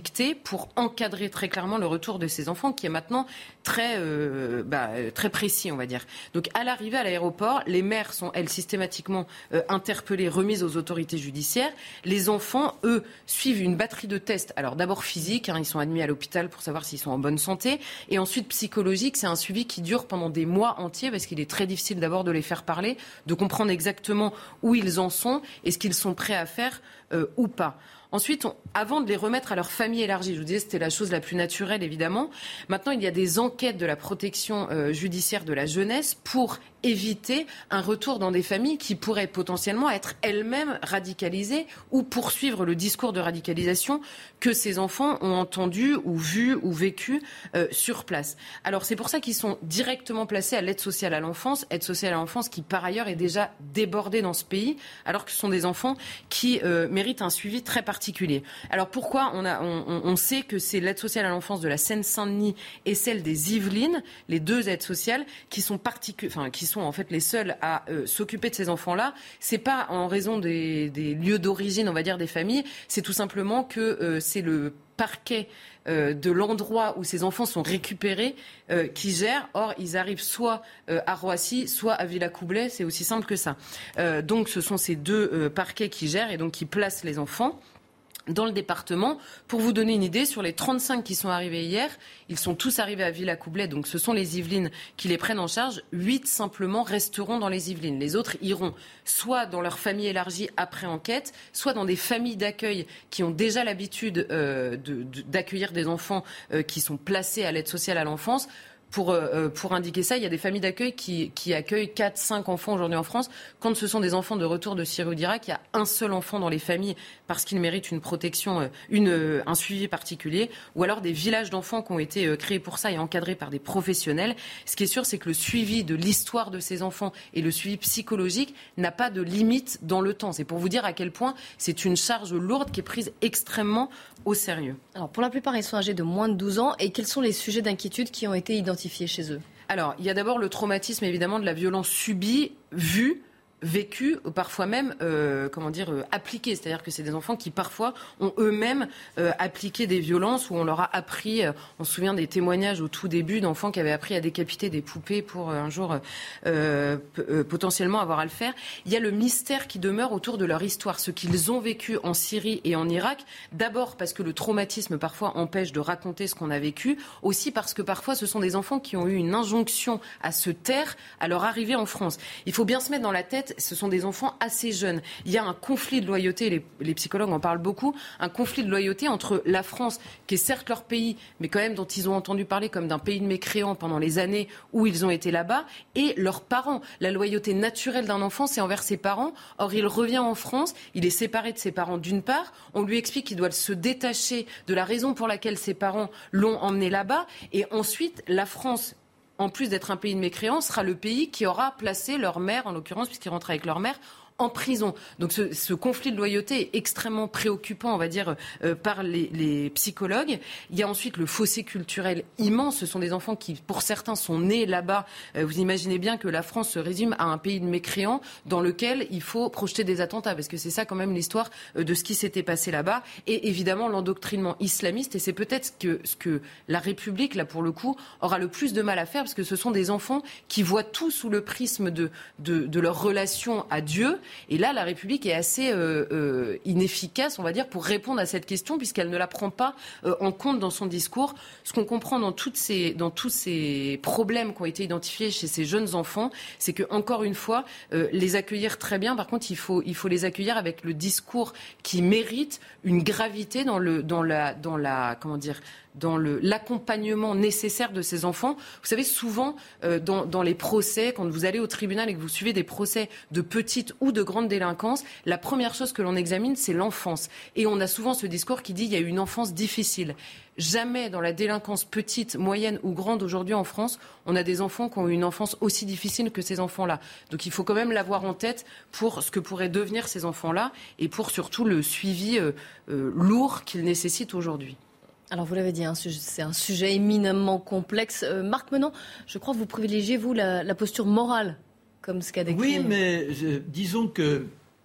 pour encadrer très clairement le retour de ces enfants, qui est maintenant très, euh, bah, très précis, on va dire. Donc, à l'arrivée à l'aéroport, les mères sont, elles, systématiquement euh, interpellées, remises aux autorités judiciaires. Les enfants, eux, suivent une batterie de tests. Alors, d'abord physique, hein, ils sont admis à l'hôpital pour savoir s'ils sont en bonne santé. Et ensuite, psychologique, c'est un suivi qui dure pendant des mois entiers, parce qu'il est très difficile d'abord de les faire parler, de comprendre exactement où ils en sont et ce qu'ils sont prêts à faire euh, ou pas. Ensuite, on, avant de les remettre à leur famille élargie, je vous disais, c'était la chose la plus naturelle, évidemment. Maintenant, il y a des enquêtes de la protection euh, judiciaire de la jeunesse pour éviter un retour dans des familles qui pourraient potentiellement être elles-mêmes radicalisées ou poursuivre le discours de radicalisation que ces enfants ont entendu ou vu ou vécu euh, sur place. Alors, c'est pour ça qu'ils sont directement placés à l'aide sociale à l'enfance, aide sociale à l'enfance qui, par ailleurs, est déjà débordée dans ce pays, alors que ce sont des enfants qui euh, méritent un suivi très particulier. Alors, pourquoi on, a, on, on sait que c'est l'aide sociale à l'enfance de la Seine-Saint-Denis et celle des Yvelines, les deux aides sociales, qui sont particulières, enfin, qui sont en fait les seuls à euh, s'occuper de ces enfants-là. C'est pas en raison des, des lieux d'origine, on va dire, des familles. C'est tout simplement que euh, c'est le parquet euh, de l'endroit où ces enfants sont récupérés euh, qui gère. Or, ils arrivent soit euh, à Roissy, soit à Villacoublay. C'est aussi simple que ça. Euh, donc, ce sont ces deux euh, parquets qui gèrent et donc qui placent les enfants dans le département. Pour vous donner une idée, sur les trente-cinq qui sont arrivés hier, ils sont tous arrivés à Villacoublay, donc ce sont les Yvelines qui les prennent en charge. Huit simplement resteront dans les Yvelines. Les autres iront soit dans leur famille élargie après enquête, soit dans des familles d'accueil qui ont déjà l'habitude euh, de, de, d'accueillir des enfants euh, qui sont placés à l'aide sociale à l'enfance. Pour, euh, pour indiquer ça, il y a des familles d'accueil qui, qui accueillent quatre cinq enfants aujourd'hui en France. Quand ce sont des enfants de retour de Syrie ou d'Irak, il y a un seul enfant dans les familles parce qu'il mérite une protection, une, un suivi particulier. Ou alors des villages d'enfants qui ont été créés pour ça et encadrés par des professionnels. Ce qui est sûr, c'est que le suivi de l'histoire de ces enfants et le suivi psychologique n'a pas de limite dans le temps. C'est pour vous dire à quel point c'est une charge lourde qui est prise extrêmement au sérieux. Alors, pour la plupart, ils sont âgés de moins de douze ans. Et quels sont les sujets d'inquiétude qui ont été identifiés chez eux ? Alors, il y a d'abord le traumatisme, évidemment, de la violence subie, vue, vécu, parfois même, euh, comment dire, euh, appliqué. C'est-à-dire que c'est des enfants qui, parfois, ont eux-mêmes euh, appliqué des violences où on leur a appris, euh, on se souvient des témoignages au tout début d'enfants qui avaient appris à décapiter des poupées pour euh, un jour euh, p- euh, potentiellement avoir à le faire. Il y a le mystère qui demeure autour de leur histoire, ce qu'ils ont vécu en Syrie et en Irak. D'abord parce que le traumatisme, parfois, empêche de raconter ce qu'on a vécu. Aussi parce que, parfois, ce sont des enfants qui ont eu une injonction à se taire à leur arrivée en France. Il faut bien se mettre dans la tête, ce sont des enfants assez jeunes. Il y a un conflit de loyauté, les, les psychologues en parlent beaucoup, un conflit de loyauté entre la France, qui est certes leur pays, mais quand même dont ils ont entendu parler comme d'un pays de mécréants pendant les années où ils ont été là-bas, et leurs parents. La loyauté naturelle d'un enfant, c'est envers ses parents. Or, il revient en France, il est séparé de ses parents d'une part, on lui explique qu'il doit se détacher de la raison pour laquelle ses parents l'ont emmené là-bas, et ensuite, la France, en plus d'être un pays de mécréants, sera le pays qui aura placé leur mère, en l'occurrence, puisqu'ils rentrent avec leur mère, en prison. Donc ce, ce conflit de loyauté est extrêmement préoccupant, on va dire, euh, par les, les psychologues. Il y a ensuite le fossé culturel immense. Ce sont des enfants qui, pour certains, sont nés là-bas. Euh, vous imaginez bien que la France se résume à un pays de mécréants dans lequel il faut projeter des attentats, parce que c'est ça quand même l'histoire euh, de ce qui s'était passé là-bas. Et évidemment l'endoctrinement islamiste. Et c'est peut-être ce que, ce que la République, là pour le coup, aura le plus de mal à faire, parce que ce sont des enfants qui voient tout sous le prisme de, de, de leur relation à Dieu. Et là, la République est assez euh, euh, inefficace, on va dire, pour répondre à cette question, puisqu'elle ne la prend pas euh, en compte dans son discours. Ce qu'on comprend dans, toutes ces, dans tous ces problèmes qui ont été identifiés chez ces jeunes enfants, c'est que, encore une fois, euh, les accueillir très bien. Par contre, il faut, il faut les accueillir avec le discours qui mérite une gravité dans le, dans la, dans la, comment dire, dans le, l'accompagnement nécessaire de ces enfants. Vous savez, souvent, euh, dans, dans les procès, quand vous allez au tribunal et que vous suivez des procès de petite ou de grande délinquance, la première chose que l'on examine, c'est l'enfance. Et on a souvent ce discours qui dit qu'il y a eu une enfance difficile. Jamais dans la délinquance petite, moyenne ou grande aujourd'hui en France, on a des enfants qui ont eu une enfance aussi difficile que ces enfants-là. Donc il faut quand même l'avoir en tête pour ce que pourraient devenir ces enfants-là et pour surtout le suivi euh, euh, lourd qu'ils nécessitent aujourd'hui. Alors vous l'avez dit, hein, c'est un sujet éminemment complexe. Euh, Marc Menon, je crois que vous privilégiez, vous, la, la posture morale, comme ce qu'a décrit... Oui, mais euh, disons que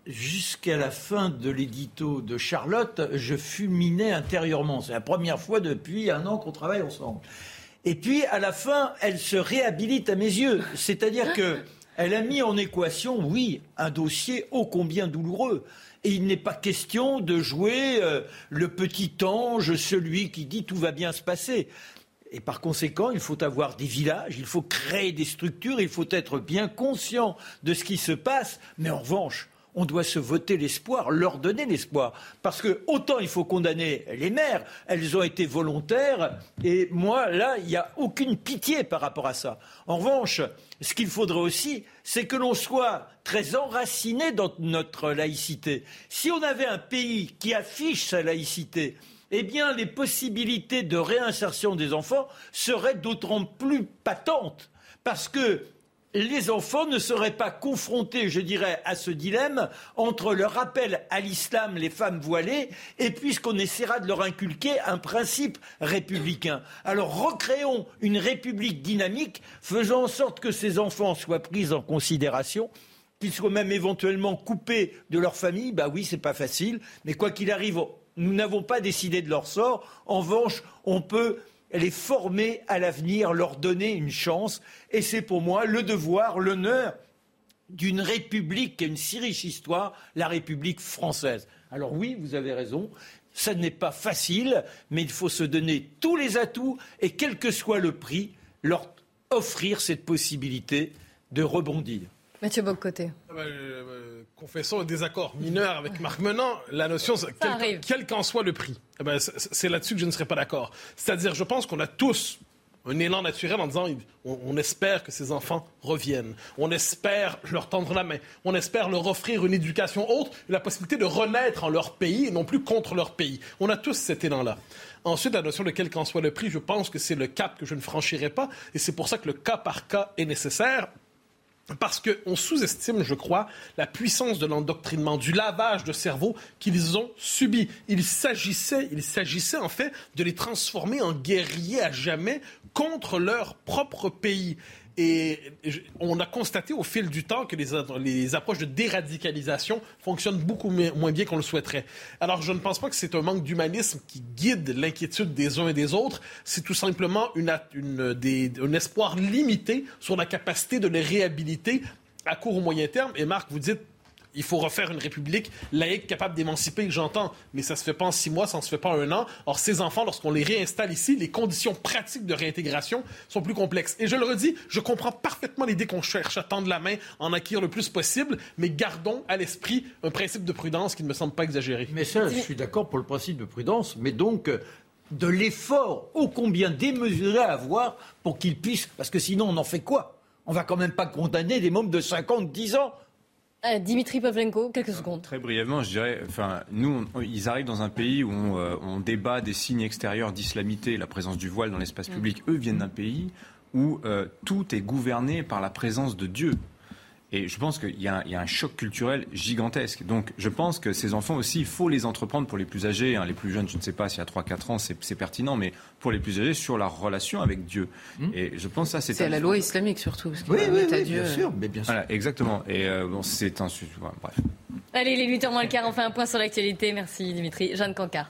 jusqu'à la fin de l'édito de Charlotte, je fulminais intérieurement. C'est la première fois depuis un an qu'on travaille ensemble. Et puis, à la fin, elle se réhabilite à mes yeux. C'est-à-dire qu'elle a mis en équation, oui, un dossier ô combien douloureux. Et il n'est pas question de jouer euh, le petit ange, celui qui dit tout va bien se passer. Et par conséquent, il faut avoir des villages, il faut créer des structures, il faut être bien conscient de ce qui se passe. Mais en revanche, on doit se voter l'espoir, leur donner l'espoir. Parce que autant il faut condamner les mères, elles ont été volontaires, et moi, là, il n'y a aucune pitié par rapport à ça. En revanche, ce qu'il faudrait aussi, c'est que l'on soit très enraciné dans notre laïcité. Si on avait un pays qui affiche sa laïcité, eh bien, les possibilités de réinsertion des enfants seraient d'autant plus patentes. Parce que les enfants ne seraient pas confrontés, je dirais, à ce dilemme entre le rappel à l'islam, les femmes voilées, et puisqu'on essaiera de leur inculquer un principe républicain. Alors recréons une république dynamique, faisant en sorte que ces enfants soient pris en considération, qu'ils soient même éventuellement coupés de leur famille. Bah oui, c'est pas facile, mais quoi qu'il arrive, nous n'avons pas décidé de leur sort. En revanche, on peut les former à l'avenir, leur donner une chance. Et c'est pour moi le devoir, l'honneur d'une république qui a une si riche histoire, la République française. Alors oui, vous avez raison, ça n'est pas facile, mais il faut se donner tous les atouts et quel que soit le prix, leur offrir cette possibilité de rebondir. Mathieu Bock-Côté. Euh, euh, confessons un désaccord mineur avec Marc Menant. La notion, quel, quel qu'en soit le prix, eh ben, c'est, c'est là-dessus que je ne serais pas d'accord. C'est-à-dire, je pense qu'on a tous un élan naturel en disant on, on espère que ces enfants reviennent. On espère leur tendre la main. On espère leur offrir une éducation autre, la possibilité de renaître en leur pays et non plus contre leur pays. On a tous cet élan-là. Ensuite, la notion de quel qu'en soit le prix, je pense que c'est le cap que je ne franchirai pas. Et c'est pour ça que le cas par cas est nécessaire. Parce qu'on sous-estime, je crois, la puissance de l'endoctrinement, du lavage de cerveau qu'ils ont subi. Il s'agissait, il s'agissait en fait de les transformer en guerriers à jamais contre leur propre pays. Et on a constaté au fil du temps que les, les approches de déradicalisation fonctionnent beaucoup moins bien qu'on le souhaiterait. Alors, je ne pense pas que c'est un manque d'humanisme qui guide l'inquiétude des uns et des autres. C'est tout simplement une, une, des, un espoir limité sur la capacité de les réhabiliter à court ou moyen terme. Et Marc, vous dites, il faut refaire une république laïque capable d'émanciper, j'entends, mais ça se fait pas en six mois, ça ne se fait pas en un an. Or, ces enfants, lorsqu'on les réinstalle ici, les conditions pratiques de réintégration sont plus complexes. Et je le redis, je comprends parfaitement l'idée qu'on cherche à tendre la main, en acquérir le plus possible, mais gardons à l'esprit un principe de prudence qui ne me semble pas exagéré. Mais ça, je suis d'accord pour le principe de prudence, mais donc de l'effort ô combien démesuré à avoir pour qu'ils puissent, parce que sinon on en fait quoi ? On va quand même pas condamner des mômes de cinquante, dix ans. Dimitri Pavlenko, quelques secondes. Très brièvement, je dirais, enfin, nous, on, ils arrivent dans un pays où on, euh, on débat des signes extérieurs d'islamité, la présence du voile dans l'espace public. Eux viennent d'un pays où euh, tout est gouverné par la présence de Dieu. Et je pense qu'il y a, un, il y a un choc culturel gigantesque. Donc je pense que ces enfants aussi, il faut les entreprendre pour les plus âgés. Hein, les plus jeunes, je ne sais pas, s'il y a trois quatre ans, c'est, c'est pertinent, mais pour les plus âgés, sur leur relation avec Dieu. Mmh. Et je pense que ça, c'est... C'est à la loi islamique surtout. Parce oui, oui, oui, Dieu, bien sûr. Mais bien sûr. Voilà, exactement. Et euh, bon, c'est un sujet... Voilà, bref. Allez, les huit heures moins le quart, on fait un point sur l'actualité. Merci Dimitri. Jeanne Cancard.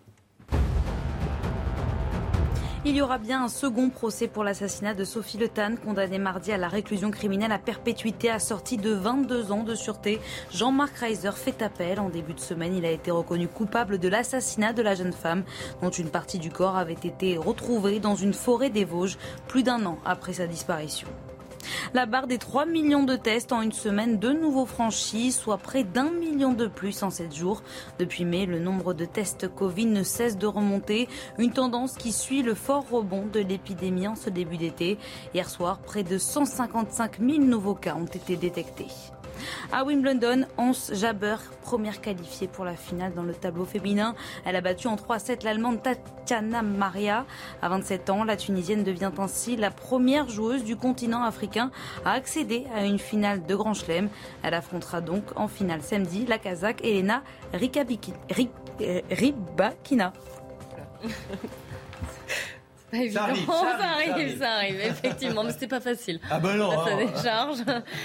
Il y aura bien un second procès pour l'assassinat de Sophie Le Tan, condamnée mardi à la réclusion criminelle à perpétuité assortie de vingt-deux ans de sûreté. Jean-Marc Reiser fait appel. En début de semaine, il a été reconnu coupable de l'assassinat de la jeune femme, dont une partie du corps avait été retrouvée dans une forêt des Vosges plus d'un an après sa disparition. La barre des trois millions de tests en une semaine de nouveau franchie, soit près d'un million de plus en sept jours. Depuis mai, le nombre de tests Covid ne cesse de remonter, une tendance qui suit le fort rebond de l'épidémie en ce début d'été. Hier soir, près de cent cinquante-cinq mille nouveaux cas ont été détectés. À Wimbledon, Hans Jabber, première qualifiée pour la finale dans le tableau féminin. Elle a battu en trois sept l'Allemande Tatiana Maria. À vingt-sept ans, la Tunisienne devient ainsi la première joueuse du continent africain à accéder à une finale de Grand Chelem. Elle affrontera donc en finale samedi la Kazakh Elena Rybakina. Bah, évidemment, ça arrive, ça arrive, ça arrive, ça arrive, ça arrive effectivement, mais c'était pas facile. Ah ben non. Ça hein. décharge.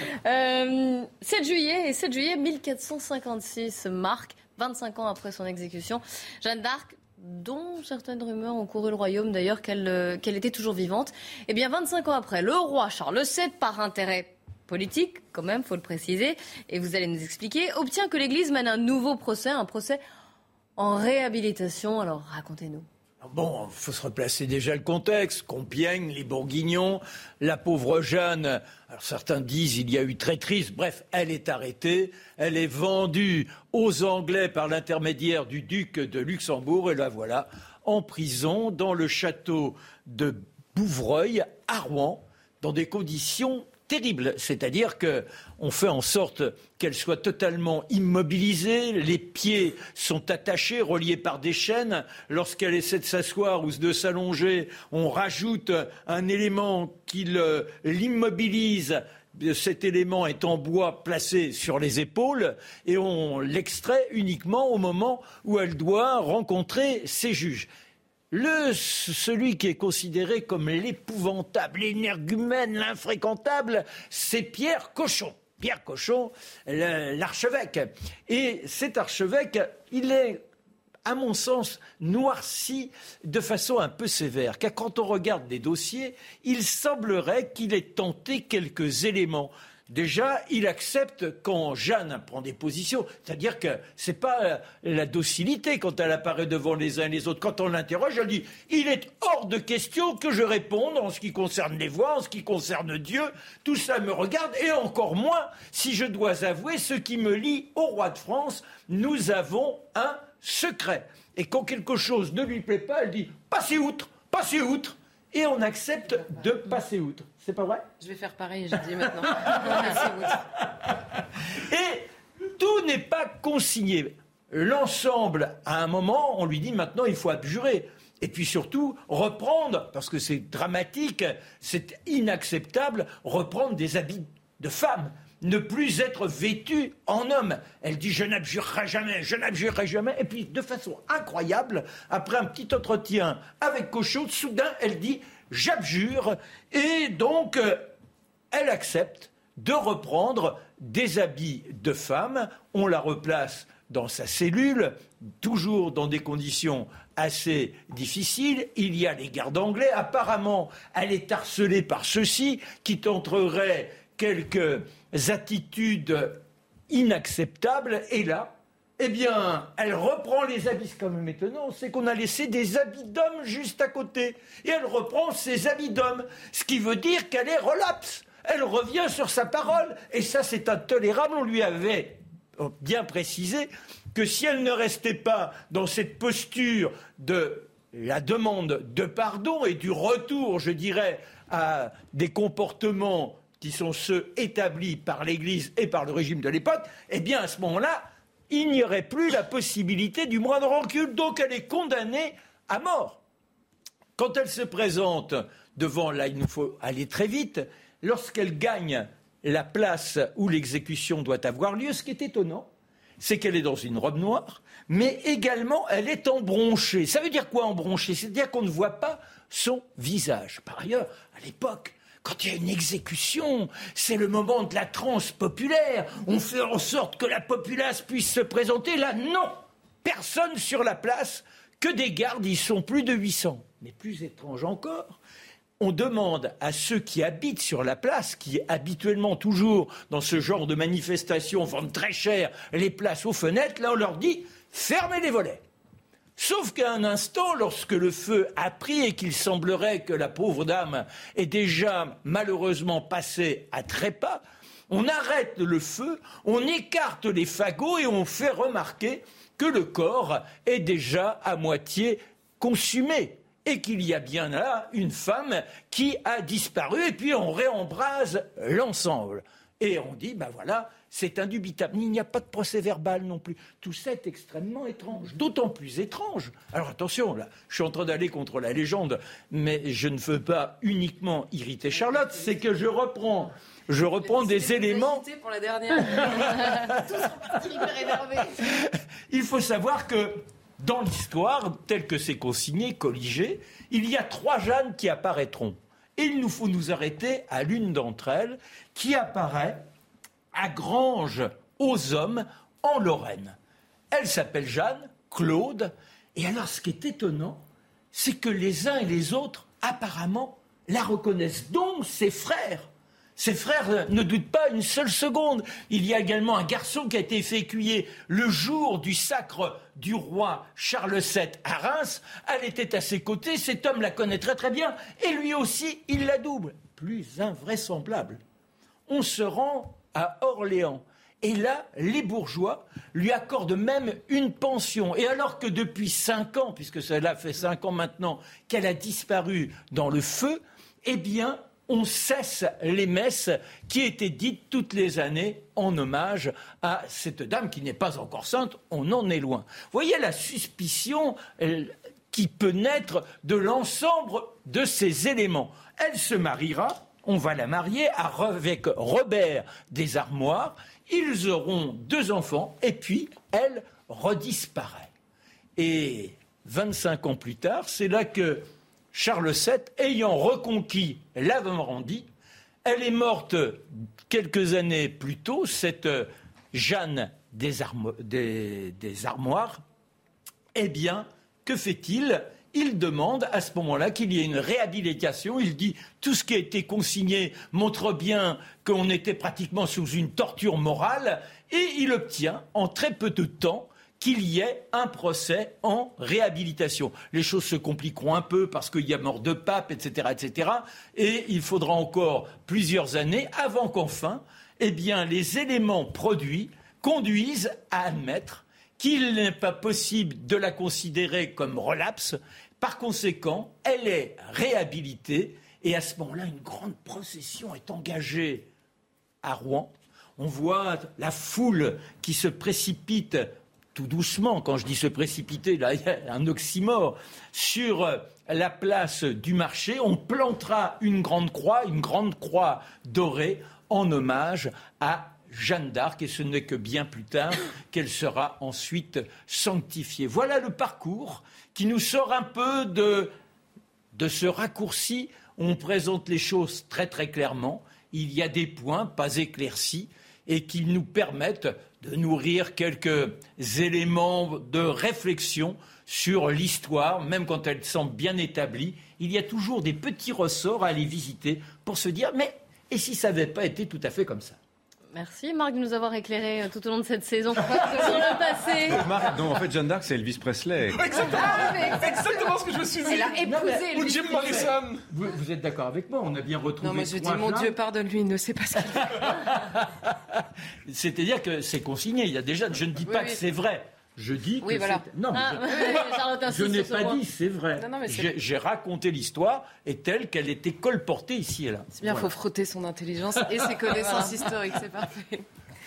Euh, sept juillet et sept juillet mille quatre cent cinquante-six marque, vingt-cinq ans après son exécution. Jeanne d'Arc, dont certaines rumeurs ont couru le royaume d'ailleurs qu'elle, euh, qu'elle était toujours vivante. Eh bien, vingt-cinq ans après, le roi Charles sept, par intérêt politique, quand même, faut le préciser, et vous allez nous expliquer, obtient que l'Église mène un nouveau procès, un procès en réhabilitation. Alors, racontez-nous. Bon, il faut se replacer déjà le contexte. Compiègne, les Bourguignons, la pauvre Jeanne, alors certains disent il y a eu traîtrise, bref, elle est arrêtée, elle est vendue aux Anglais par l'intermédiaire du duc de Luxembourg, et la voilà en prison dans le château de Bouvreuil, à Rouen, dans des conditions terrible, c'est-à-dire qu'on fait en sorte qu'elle soit totalement immobilisée, les pieds sont attachés, reliés par des chaînes, lorsqu'elle essaie de s'asseoir ou de s'allonger, on rajoute un élément qui le, l'immobilise, cet élément est en bois placé sur les épaules et on l'extrait uniquement au moment où elle doit rencontrer ses juges. Le, celui qui est considéré comme l'épouvantable, l'énergumène, l'infréquentable, c'est Pierre Cochon. Pierre Cochon, le, l'archevêque. Et cet archevêque, il est, à mon sens, noirci de façon un peu sévère. Car quand on regarde des dossiers, il semblerait qu'il ait tenté quelques éléments. Déjà, il accepte quand Jeanne prend des positions, c'est-à-dire que c'est pas la docilité quand elle apparaît devant les uns et les autres. Quand on l'interroge, elle dit « Il est hors de question que je réponde en ce qui concerne les voix, en ce qui concerne Dieu. Tout ça me regarde et encore moins si je dois avouer ce qui me lie au roi de France. Nous avons un secret. » Et quand quelque chose ne lui plaît pas, elle dit « Passez outre, passez outre !» Et on accepte de passer outre. C'est pas vrai ? Je vais faire pareil, je dis maintenant. Et tout n'est pas consigné. L'ensemble, à un moment, on lui dit maintenant il faut abjurer. Et puis surtout, reprendre, parce que c'est dramatique, c'est inacceptable, reprendre des habits de femme. Ne plus être vêtue en homme. Elle dit « je n'abjurerai jamais, je n'abjurerai jamais ». Et puis, de façon incroyable, après un petit entretien avec Cochon, soudain, elle dit « j'abjure ». Et donc, euh, elle accepte de reprendre des habits de femme. On la replace dans sa cellule, toujours dans des conditions assez difficiles. Il y a les gardes anglais. Apparemment, elle est harcelée par ceux-ci qui tenteraient quelques attitudes inacceptables. Et là, eh bien, elle reprend les habits. C'est quand même étonnant, c'est qu'on a laissé des habits d'homme juste à côté. Et elle reprend ses habits d'homme. Ce qui veut dire qu'elle est relapse. Elle revient sur sa parole. Et ça, c'est intolérable. On lui avait bien précisé que si elle ne restait pas dans cette posture de la demande de pardon et du retour, je dirais, à des comportements qui sont ceux établis par l'Église et par le régime de l'époque, eh bien, à ce moment-là, il n'y aurait plus la possibilité du moindre recul. Donc, elle est condamnée à mort. Quand elle se présente devant, là, il nous faut aller très vite, lorsqu'elle gagne la place où l'exécution doit avoir lieu, ce qui est étonnant, c'est qu'elle est dans une robe noire, mais également, elle est embronchée. Ça veut dire quoi, embronchée ? C'est-à-dire qu'on ne voit pas son visage. Par ailleurs, à l'époque, quand il y a une exécution, c'est le moment de la transe populaire. On fait en sorte que la populace puisse se présenter. Là, non, personne sur la place, que des gardes, ils sont plus de huit cents. Mais plus étrange encore, on demande à ceux qui habitent sur la place, qui habituellement toujours dans ce genre de manifestation vendent très cher les places aux fenêtres, là on leur dit « fermez les volets ». Sauf qu'à un instant, lorsque le feu a pris et qu'il semblerait que la pauvre dame est déjà malheureusement passée à trépas, on arrête le feu, on écarte les fagots et on fait remarquer que le corps est déjà à moitié consumé et qu'il y a bien là une femme qui a disparu et puis on réembrase l'ensemble. Et on dit, ben voilà, c'est indubitable. Il n'y a pas de procès verbal non plus. Tout ça est extrêmement étrange, d'autant plus étrange. Alors attention, là, je suis en train d'aller contre la légende, mais je ne veux pas uniquement irriter Charlotte, c'est que je reprends, je reprends des éléments... Pour la dernière. Tous sont partis hyper énervés. Il faut savoir que dans l'histoire, tel que c'est consigné, colligé, il y a trois Jeanne qui apparaîtront. Et il nous faut nous arrêter à l'une d'entre elles, qui apparaît à Granges aux Hommes, en Lorraine. Elle s'appelle Jeanne, Claude, et alors ce qui est étonnant, c'est que les uns et les autres, apparemment, la reconnaissent. Donc ses frères. Ses frères ne doutent pas une seule seconde. Il y a également un garçon qui a été fait écuyer le jour du sacre du roi Charles sept à Reims. Elle était à ses côtés, cet homme la connaît très très bien, et lui aussi, il la double. Plus invraisemblable. On se rend à Orléans. Et là, les bourgeois lui accordent même une pension. Et alors que depuis cinq ans, puisque cela fait cinq ans maintenant qu'elle a disparu dans le feu, eh bien, on cesse les messes qui étaient dites toutes les années en hommage à cette dame qui n'est pas encore sainte, on en est loin. Vous voyez la suspicion elle, qui peut naître de l'ensemble de ces éléments. Elle se mariera, on va la marier avec Robert des Armoires. Ils auront deux enfants et puis elle redisparaît. Et vingt-cinq ans plus tard, c'est là que Charles sept, ayant reconquis la Normandie, elle est morte quelques années plus tôt, cette Jeanne des, Armo- des, des Armoires. Eh bien, que fait-il ? Il demande à ce moment-là qu'il y ait une réhabilitation. Il dit tout ce qui a été consigné montre bien qu'on était pratiquement sous une torture morale. Et il obtient en très peu de temps qu'il y ait un procès en réhabilitation. Les choses se compliqueront un peu parce qu'il y a mort de pape, et cetera, et cetera. Et il faudra encore plusieurs années avant qu'enfin, eh bien, les éléments produits conduisent à admettre qu'il n'est pas possible de la considérer comme relapse. Par conséquent, elle est réhabilitée et à ce moment-là, une grande procession est engagée à Rouen. On voit la foule qui se précipite tout doucement, quand je dis se précipiter, là, il y a un oxymore, sur la place du marché. On plantera une grande croix, une grande croix dorée en hommage à Jeanne d'Arc, et ce n'est que bien plus tard qu'elle sera ensuite sanctifiée. Voilà le parcours qui nous sort un peu de, de ce raccourci où on présente les choses très très clairement. Il y a des points pas éclaircis et qui nous permettent de nourrir quelques éléments de réflexion sur l'histoire, même quand elle semble bien établie. Il y a toujours des petits ressorts à aller visiter pour se dire « mais et si ça n'avait pas été tout à fait comme ça ?» Merci Marc de nous avoir éclairé tout au long de cette saison sur le passé. Marc, non, en fait, Jeanne d'Arc, c'est Elvis Presley. Exactement, exactement ce que je me suis dit. Elle a épousé Ou Jim Morrison. Vous, vous êtes d'accord avec moi ? On a bien retrouvé. Non, moi je trois dis, mon flammes. Dieu, pardonne-lui, il ne sait pas ce qu'il fait. C'est-à-dire que c'est consigné. Il y a déjà, je ne dis pas Oui, que oui. c'est vrai. Je dis Oui, que voilà. c'est... Non, mais Ah, je... Charlotte Je insiste n'ai sur ce pas point. dit, c'est vrai. Non, non, mais c'est- J'ai, j'ai raconté l'histoire et telle qu'elle était colportée ici et là. C'est bien, il Voilà. faut frotter son intelligence et ses connaissances historiques, c'est parfait.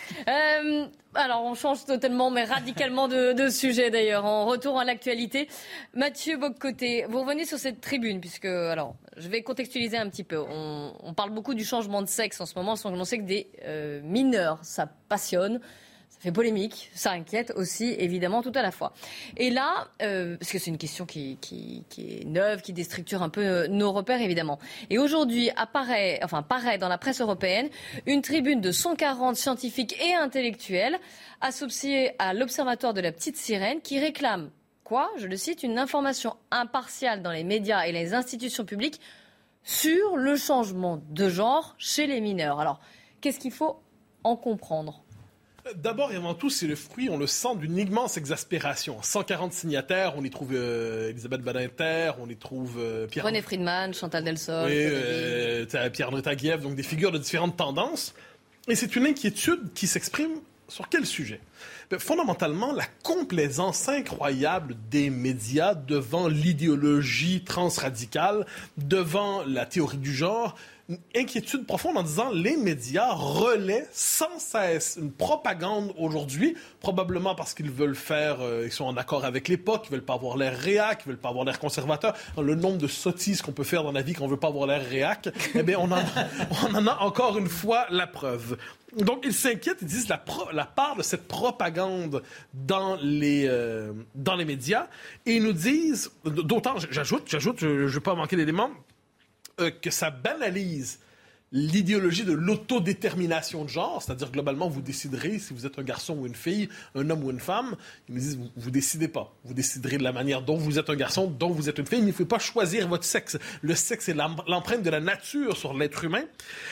Euh, alors, on change totalement, mais radicalement de, de sujet d'ailleurs. En retour à l'actualité, Mathieu Bock-Côté, vous revenez sur cette tribune, puisque, alors, je vais contextualiser un petit peu. On, on parle beaucoup du changement de sexe en ce moment, sans que l'on sait que des euh, mineurs, ça passionne. Ça fait polémique, ça inquiète aussi, évidemment, tout à la fois. Et là, euh, parce que c'est une question qui, qui, qui est neuve, qui déstructure un peu euh, nos repères, évidemment. Et aujourd'hui, apparaît, enfin, paraît dans la presse européenne une tribune de cent quarante scientifiques et intellectuels associés à l'Observatoire de la Petite Sirène qui réclament, quoi, je le cite, une information impartiale dans les médias et les institutions publiques sur le changement de genre chez les mineurs. Alors, qu'est-ce qu'il faut en comprendre ? D'abord et avant tout, c'est le fruit, on le sent, d'une immense exaspération. cent quarante signataires, on y trouve euh, Elisabeth Badinter, on y trouve euh, Pierre... René Friedman, Chantal Delsol, Oui, euh, Pierre-André Taguieff, donc des figures de différentes tendances. Et c'est une inquiétude qui s'exprime sur quel sujet ? Ben, fondamentalement, la complaisance incroyable des médias devant l'idéologie transradicale, devant la théorie du genre, une inquiétude profonde en disant les médias relaient sans cesse une propagande aujourd'hui, probablement parce qu'ils veulent faire, euh, ils sont en accord avec l'époque, ils veulent pas avoir l'air réac, ils veulent pas avoir l'air conservateur. Le nombre de sottises qu'on peut faire dans la vie qu'on veut pas avoir l'air réac, eh bien, on en, on en a encore une fois la preuve. Donc, ils s'inquiètent, ils disent la, pro, la part de cette propagande dans les, euh, dans les médias, et ils nous disent, d'autant, j'ajoute, j'ajoute, je ne veux pas manquer d'éléments, euh, que ça banalise l'idéologie de l'autodétermination de genre, c'est-à-dire globalement, vous déciderez si vous êtes un garçon ou une fille, un homme ou une femme. Ils me disent, vous, vous décidez pas. Vous déciderez de la manière dont vous êtes un garçon, dont vous êtes une fille, mais il ne faut pas choisir votre sexe. Le sexe est l'empreinte de la nature sur l'être humain.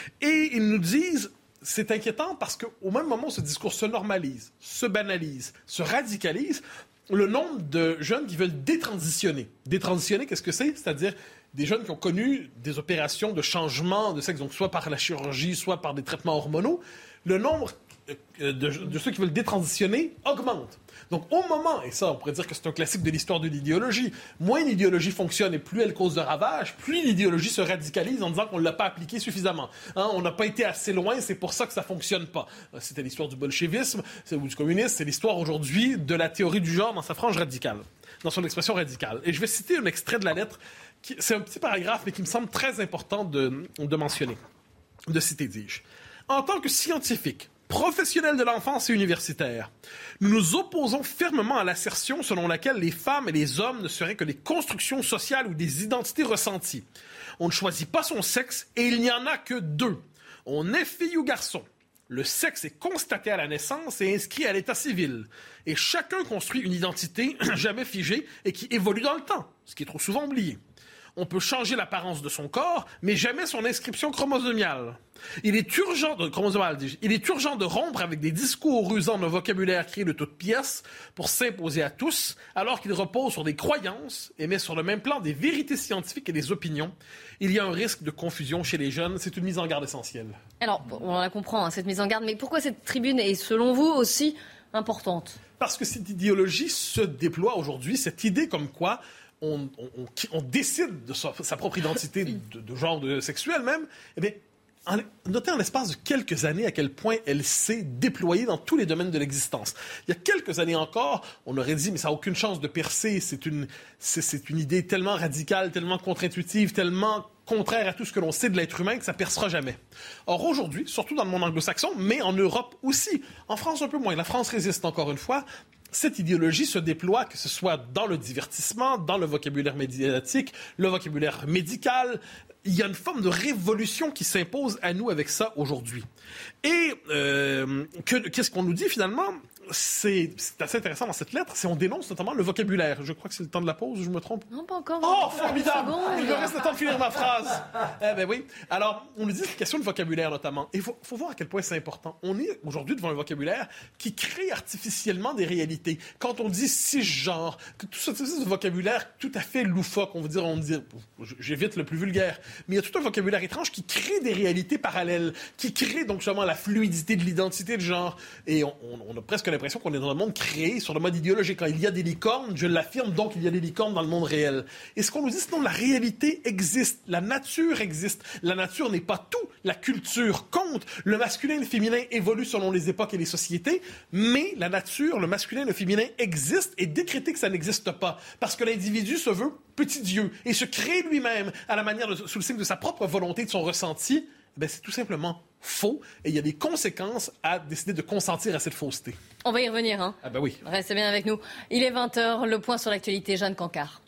Et ils nous disent, c'est inquiétant parce qu'au même moment où ce discours se normalise, se banalise, se radicalise, le nombre de jeunes qui veulent détransitionner. Détransitionner, qu'est-ce que c'est? C'est-à-dire des jeunes qui ont connu des opérations de changement de sexe, donc soit par la chirurgie, soit par des traitements hormonaux, le nombre de, de ceux qui veulent détransitionner augmente. Donc au moment, et ça on pourrait dire que c'est un classique de l'histoire de l'idéologie, moins l'idéologie fonctionne et plus elle cause de ravages, plus l'idéologie se radicalise en disant qu'on ne l'a pas appliquée suffisamment. Hein, on n'a pas été assez loin, c'est pour ça que ça ne fonctionne pas. C'était l'histoire du bolchevisme ou du communisme, c'est l'histoire aujourd'hui de la théorie du genre dans sa frange radicale, dans son expression radicale. Et je vais citer un extrait de la lettre. C'est un petit paragraphe, mais qui me semble très important de, de mentionner, de citer, dis-je. En tant que scientifique, professionnel de l'enfance et universitaire, nous nous opposons fermement à l'assertion selon laquelle les femmes et les hommes ne seraient que des constructions sociales ou des identités ressenties. On ne choisit pas son sexe et il n'y en a que deux. On est fille ou garçon. Le sexe est constaté à la naissance et inscrit à l'état civil. Et chacun construit une identité jamais figée et qui évolue dans le temps, ce qui est trop souvent oublié. On peut changer l'apparence de son corps, mais jamais son inscription chromosomiale. Il est urgent de, chromosomal, il est urgent de rompre avec des discours usant d'un vocabulaire créé de toutes pièces pour s'imposer à tous, alors qu'il repose sur des croyances et met sur le même plan des vérités scientifiques et des opinions. Il y a un risque de confusion chez les jeunes. C'est une mise en garde essentielle. Alors, on la comprend, hein, cette mise en garde, mais pourquoi cette tribune est, selon vous, aussi importante? Parce que cette idéologie se déploie aujourd'hui, cette idée comme quoi On, on, on décide de sa, sa propre identité de, de genre de sexuel même, eh bien, en, notez en l'espace de quelques années à quel point elle s'est déployée dans tous les domaines de l'existence. Il y a quelques années encore, on aurait dit, mais ça n'a aucune chance de percer, c'est une, c'est, c'est une idée tellement radicale, tellement contre-intuitive, tellement contraire à tout ce que l'on sait de l'être humain que ça ne percera jamais. Or, aujourd'hui, surtout dans le monde anglo-saxon, mais en Europe aussi, en France un peu moins, la France résiste encore une fois, cette idéologie se déploie, que ce soit dans le divertissement, dans le vocabulaire médiatique, le vocabulaire médical. Il y a une forme de révolution qui s'impose à nous avec ça aujourd'hui. Et euh, que, qu'est-ce qu'on nous dit finalement? C'est, c'est assez intéressant dans cette lettre, c'est on dénonce notamment le vocabulaire. Je crois que c'est le temps de la pause, je me trompe? Non, pas encore. Oh, formidable! Il me reste le temps de finir ma phrase. Eh ben oui. Alors, on nous dit que c'est question de vocabulaire notamment. Et il faut, faut voir à quel point c'est important. On est aujourd'hui devant un vocabulaire qui crée artificiellement des réalités. Quand on dit cisgenre, que tout ce, ce vocabulaire tout à fait loufoque, on veut dire, on dit, j'évite le plus vulgaire, mais il y a tout un vocabulaire étrange qui crée des réalités parallèles, qui crée donc justement la fluidité de l'identité de genre. Et on, on, on a presque l'impression qu'on est dans un monde créé sur le mode idéologique. Quand il y a des licornes, je l'affirme, donc il y a des licornes dans le monde réel. Et ce qu'on nous dit, c'est non, la réalité existe, la nature existe. La nature n'est pas tout, la culture compte. Le masculin et le féminin évoluent selon les époques et les sociétés, mais la nature, le masculin et le féminin existent, et décréter que ça n'existe pas, parce que l'individu se veut petit Dieu et se crée lui-même à la manière de, sous le signe de sa propre volonté, de son ressenti, ben c'est tout simplement faux, et il y a des conséquences à décider de consentir à cette fausseté. On va y revenir, hein? Ah ben oui. Restez bien avec nous. Il est vingt heures, le point sur l'actualité, Jeanne Cancard.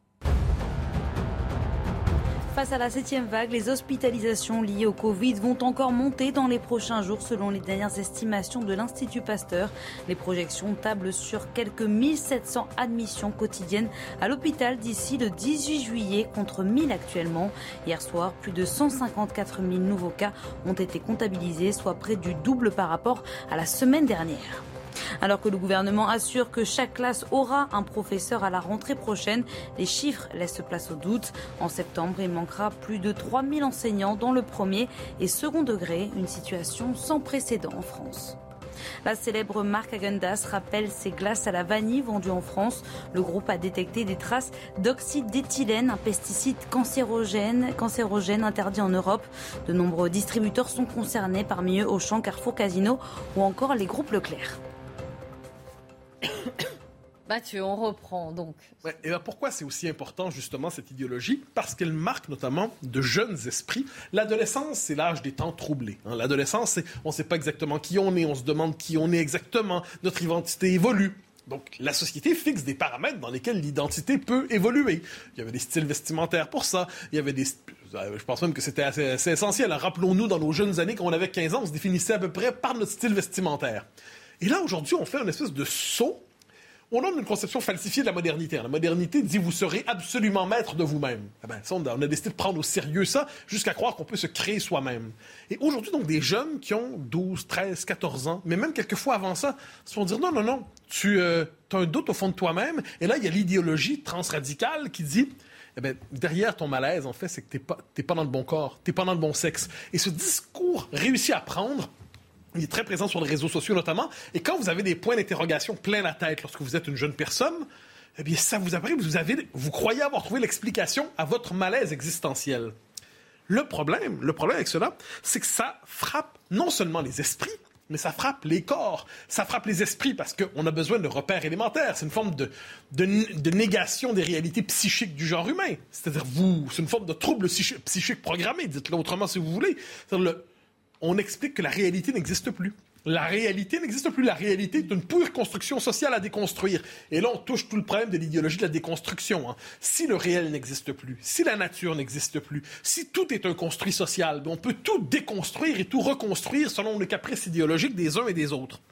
Face à la septième vague, les hospitalisations liées au Covid vont encore monter dans les prochains jours selon les dernières estimations de l'Institut Pasteur. Les projections tablent sur quelques mille sept cents admissions quotidiennes à l'hôpital d'ici le dix-huit juillet contre mille actuellement. Hier soir, plus de cent cinquante-quatre mille nouveaux cas ont été comptabilisés, soit près du double par rapport à la semaine dernière. Alors que le gouvernement assure que chaque classe aura un professeur à la rentrée prochaine, les chiffres laissent place au doute. En septembre, il manquera plus de trois mille enseignants dans le premier et second degré, une situation sans précédent en France. La célèbre marque Häagen-Dazs rappelle ses glaces à la vanille vendues en France. Le groupe a détecté des traces d'oxyde d'éthylène, un pesticide cancérogène, cancérogène interdit en Europe. De nombreux distributeurs sont concernés, parmi eux Auchan, Carrefour, Casino ou encore les groupes Leclerc. Mathieu, on reprend donc. Ouais, et ben pourquoi c'est aussi important justement cette idéologie? Parce qu'elle marque notamment de jeunes esprits. L'adolescence, c'est l'âge des temps troublés. Hein. L'adolescence, c'est, on ne sait pas exactement qui on est, on se demande qui on est exactement, notre identité évolue. Donc, la société fixe des paramètres dans lesquels l'identité peut évoluer. Il y avait des styles vestimentaires pour ça. Il y avait des... Je pense même que c'était assez, assez essentiel. Rappelons-nous, dans nos jeunes années, quand on avait quinze ans, on se définissait à peu près par notre style vestimentaire. Et là, aujourd'hui, on fait une espèce de saut. On a une conception falsifiée de la modernité. La modernité dit « vous serez absolument maître de vous-même ». Eh ben, ça, on a décidé de prendre au sérieux ça jusqu'à croire qu'on peut se créer soi-même. Et aujourd'hui, donc, des jeunes qui ont douze, treize, quatorze ans, mais même quelquefois avant ça, se font dire « non, non, non, tu euh, as un doute au fond de toi-même ». Et là, il y a l'idéologie transradicale qui dit eh bien, derrière ton malaise, en fait, c'est que tu n'es pas, t'es pas dans le bon corps, tu n'es pas dans le bon sexe. Et ce discours réussi à prendre, il est très présent sur les réseaux sociaux notamment. Et quand vous avez des points d'interrogation plein la tête lorsque vous êtes une jeune personne, eh bien, ça vous apparaît, vous, avez, vous croyez avoir trouvé l'explication à votre malaise existentiel. Le problème, le problème avec cela, c'est que ça frappe non seulement les esprits, mais ça frappe les corps. Ça frappe les esprits parce qu'on a besoin de repères élémentaires. C'est une forme de, de, de négation des réalités psychiques du genre humain. C'est-à-dire, vous, c'est une forme de trouble psychique, psychique programmé, dites-le autrement si vous voulez. C'est-à-dire, le, on explique que la réalité n'existe plus. La réalité n'existe plus. La réalité est une pure construction sociale à déconstruire. Et là, on touche tout le problème de l'idéologie de la déconstruction. Hein. Si le réel n'existe plus, si la nature n'existe plus, si tout est un construit social, on peut tout déconstruire et tout reconstruire selon les caprices idéologiques des uns et des autres.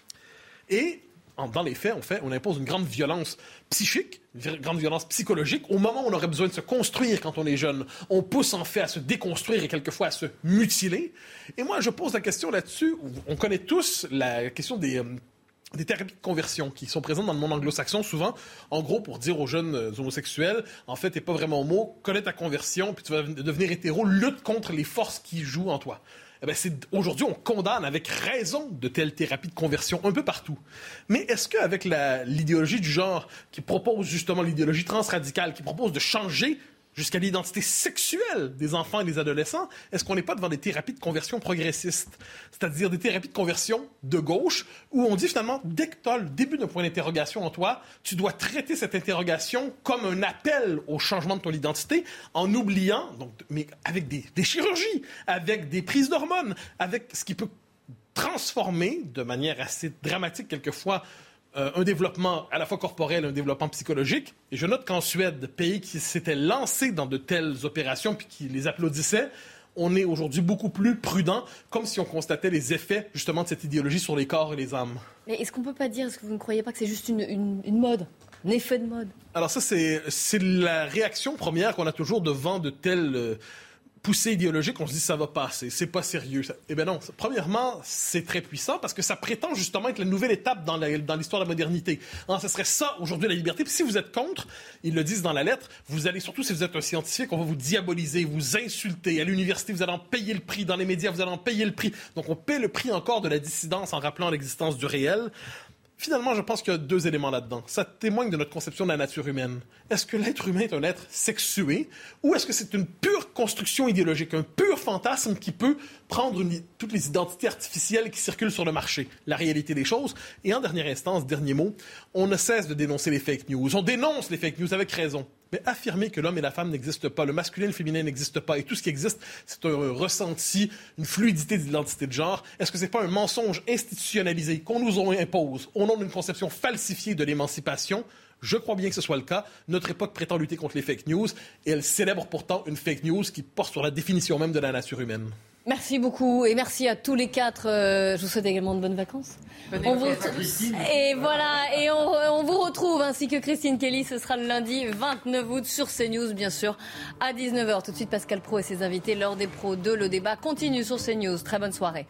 Et dans les faits, on, fait, on impose une grande violence psychique, une grande violence psychologique. Au moment où on aurait besoin de se construire quand on est jeune, on pousse en fait à se déconstruire et quelquefois à se mutiler. Et moi, je pose la question là-dessus. On connaît tous la question des... Euh, des thérapies de conversion qui sont présentes dans le monde anglo-saxon souvent, en gros pour dire aux jeunes homosexuels, en fait, t'es pas vraiment homo, connais ta conversion, puis tu vas devenir hétéro, lutte contre les forces qui jouent en toi. Eh bien, c'est, aujourd'hui, on condamne avec raison de telles thérapies de conversion un peu partout. Mais est-ce qu'avec la, l'idéologie du genre qui propose justement l'idéologie transradicale, qui propose de changer jusqu'à l'identité sexuelle des enfants et des adolescents, est-ce qu'on n'est pas devant des thérapies de conversion progressistes? C'est-à-dire des thérapies de conversion de gauche, où on dit finalement, dès que tu as le début d'un point d'interrogation en toi, tu dois traiter cette interrogation comme un appel au changement de ton identité, en oubliant, donc, mais avec des, des chirurgies, avec des prises d'hormones, avec ce qui peut transformer de manière assez dramatique quelquefois Euh, un développement à la fois corporel et un développement psychologique. Et je note qu'en Suède, pays qui s'était lancé dans de telles opérations puis qui les applaudissait, on est aujourd'hui beaucoup plus prudent, comme si on constatait les effets justement de cette idéologie sur les corps et les âmes. Mais est-ce qu'on peut pas dire, est-ce que vous ne croyez pas que c'est juste une, une, une mode, un effet de mode? Alors ça, c'est, c'est la réaction première qu'on a toujours devant de telles... Euh, poussée idéologique, on se dit ça va passer, c'est pas sérieux. Eh bien non, premièrement, c'est très puissant parce que ça prétend justement être la nouvelle étape dans, la, dans l'histoire de la modernité. Alors, ce serait ça, aujourd'hui, la liberté. Puis si vous êtes contre, ils le disent dans la lettre, vous allez, surtout si vous êtes un scientifique, on va vous diaboliser, vous insulter. À l'université, vous allez en payer le prix. Dans les médias, vous allez en payer le prix. Donc on paie le prix encore de la dissidence en rappelant l'existence du réel. Finalement, je pense qu'il y a deux éléments là-dedans. Ça témoigne de notre conception de la nature humaine. Est-ce que l'être humain est un être sexué ou est-ce que c'est une pure construction idéologique, un pur fantasme qui peut prendre une, toutes les identités artificielles qui circulent sur le marché? La réalité des choses. Et en dernière instance, dernier mot, on ne cesse de dénoncer les fake news. On dénonce les fake news avec raison. Mais affirmer que l'homme et la femme n'existent pas, le masculin et le féminin n'existent pas, et tout ce qui existe, c'est un ressenti, une fluidité d'identité de genre, est-ce que c'est pas un mensonge institutionnalisé qu'on nous impose au nom d'une conception falsifiée de l'émancipation? Je crois bien que ce soit le cas. Notre époque prétend lutter contre les fake news, et elle célèbre pourtant une fake news qui porte sur la définition même de la nature humaine. Merci beaucoup et merci à tous les quatre. Euh, je vous souhaite également de bonnes vacances. Bonne on vous... Christine. Et voilà, et on, on vous retrouve ainsi que Christine Kelly. Ce sera le lundi vingt-neuf août sur CNews, bien sûr, à dix-neuf heures. Tout de suite, Pascal Praud et ses invités. L'heure des pros deux. Le débat continue sur CNews. Très bonne soirée.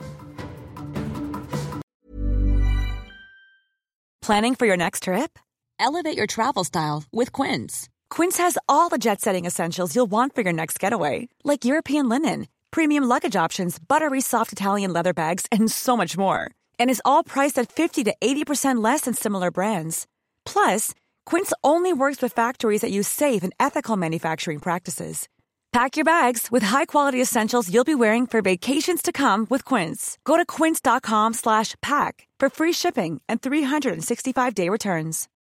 Planning for your next trip? Elevate your travel style with Quince. Quince has all the jet-setting essentials you'll want for your next getaway, like European linen, premium luggage options, buttery soft Italian leather bags, and so much more. And is all priced at fifty to eighty percent less than similar brands. Plus, Quince only works with factories that use safe and ethical manufacturing practices. Pack your bags with high-quality essentials you'll be wearing for vacations to come with Quince. Go to quince.com slash pack for free shipping and three sixty-five day returns.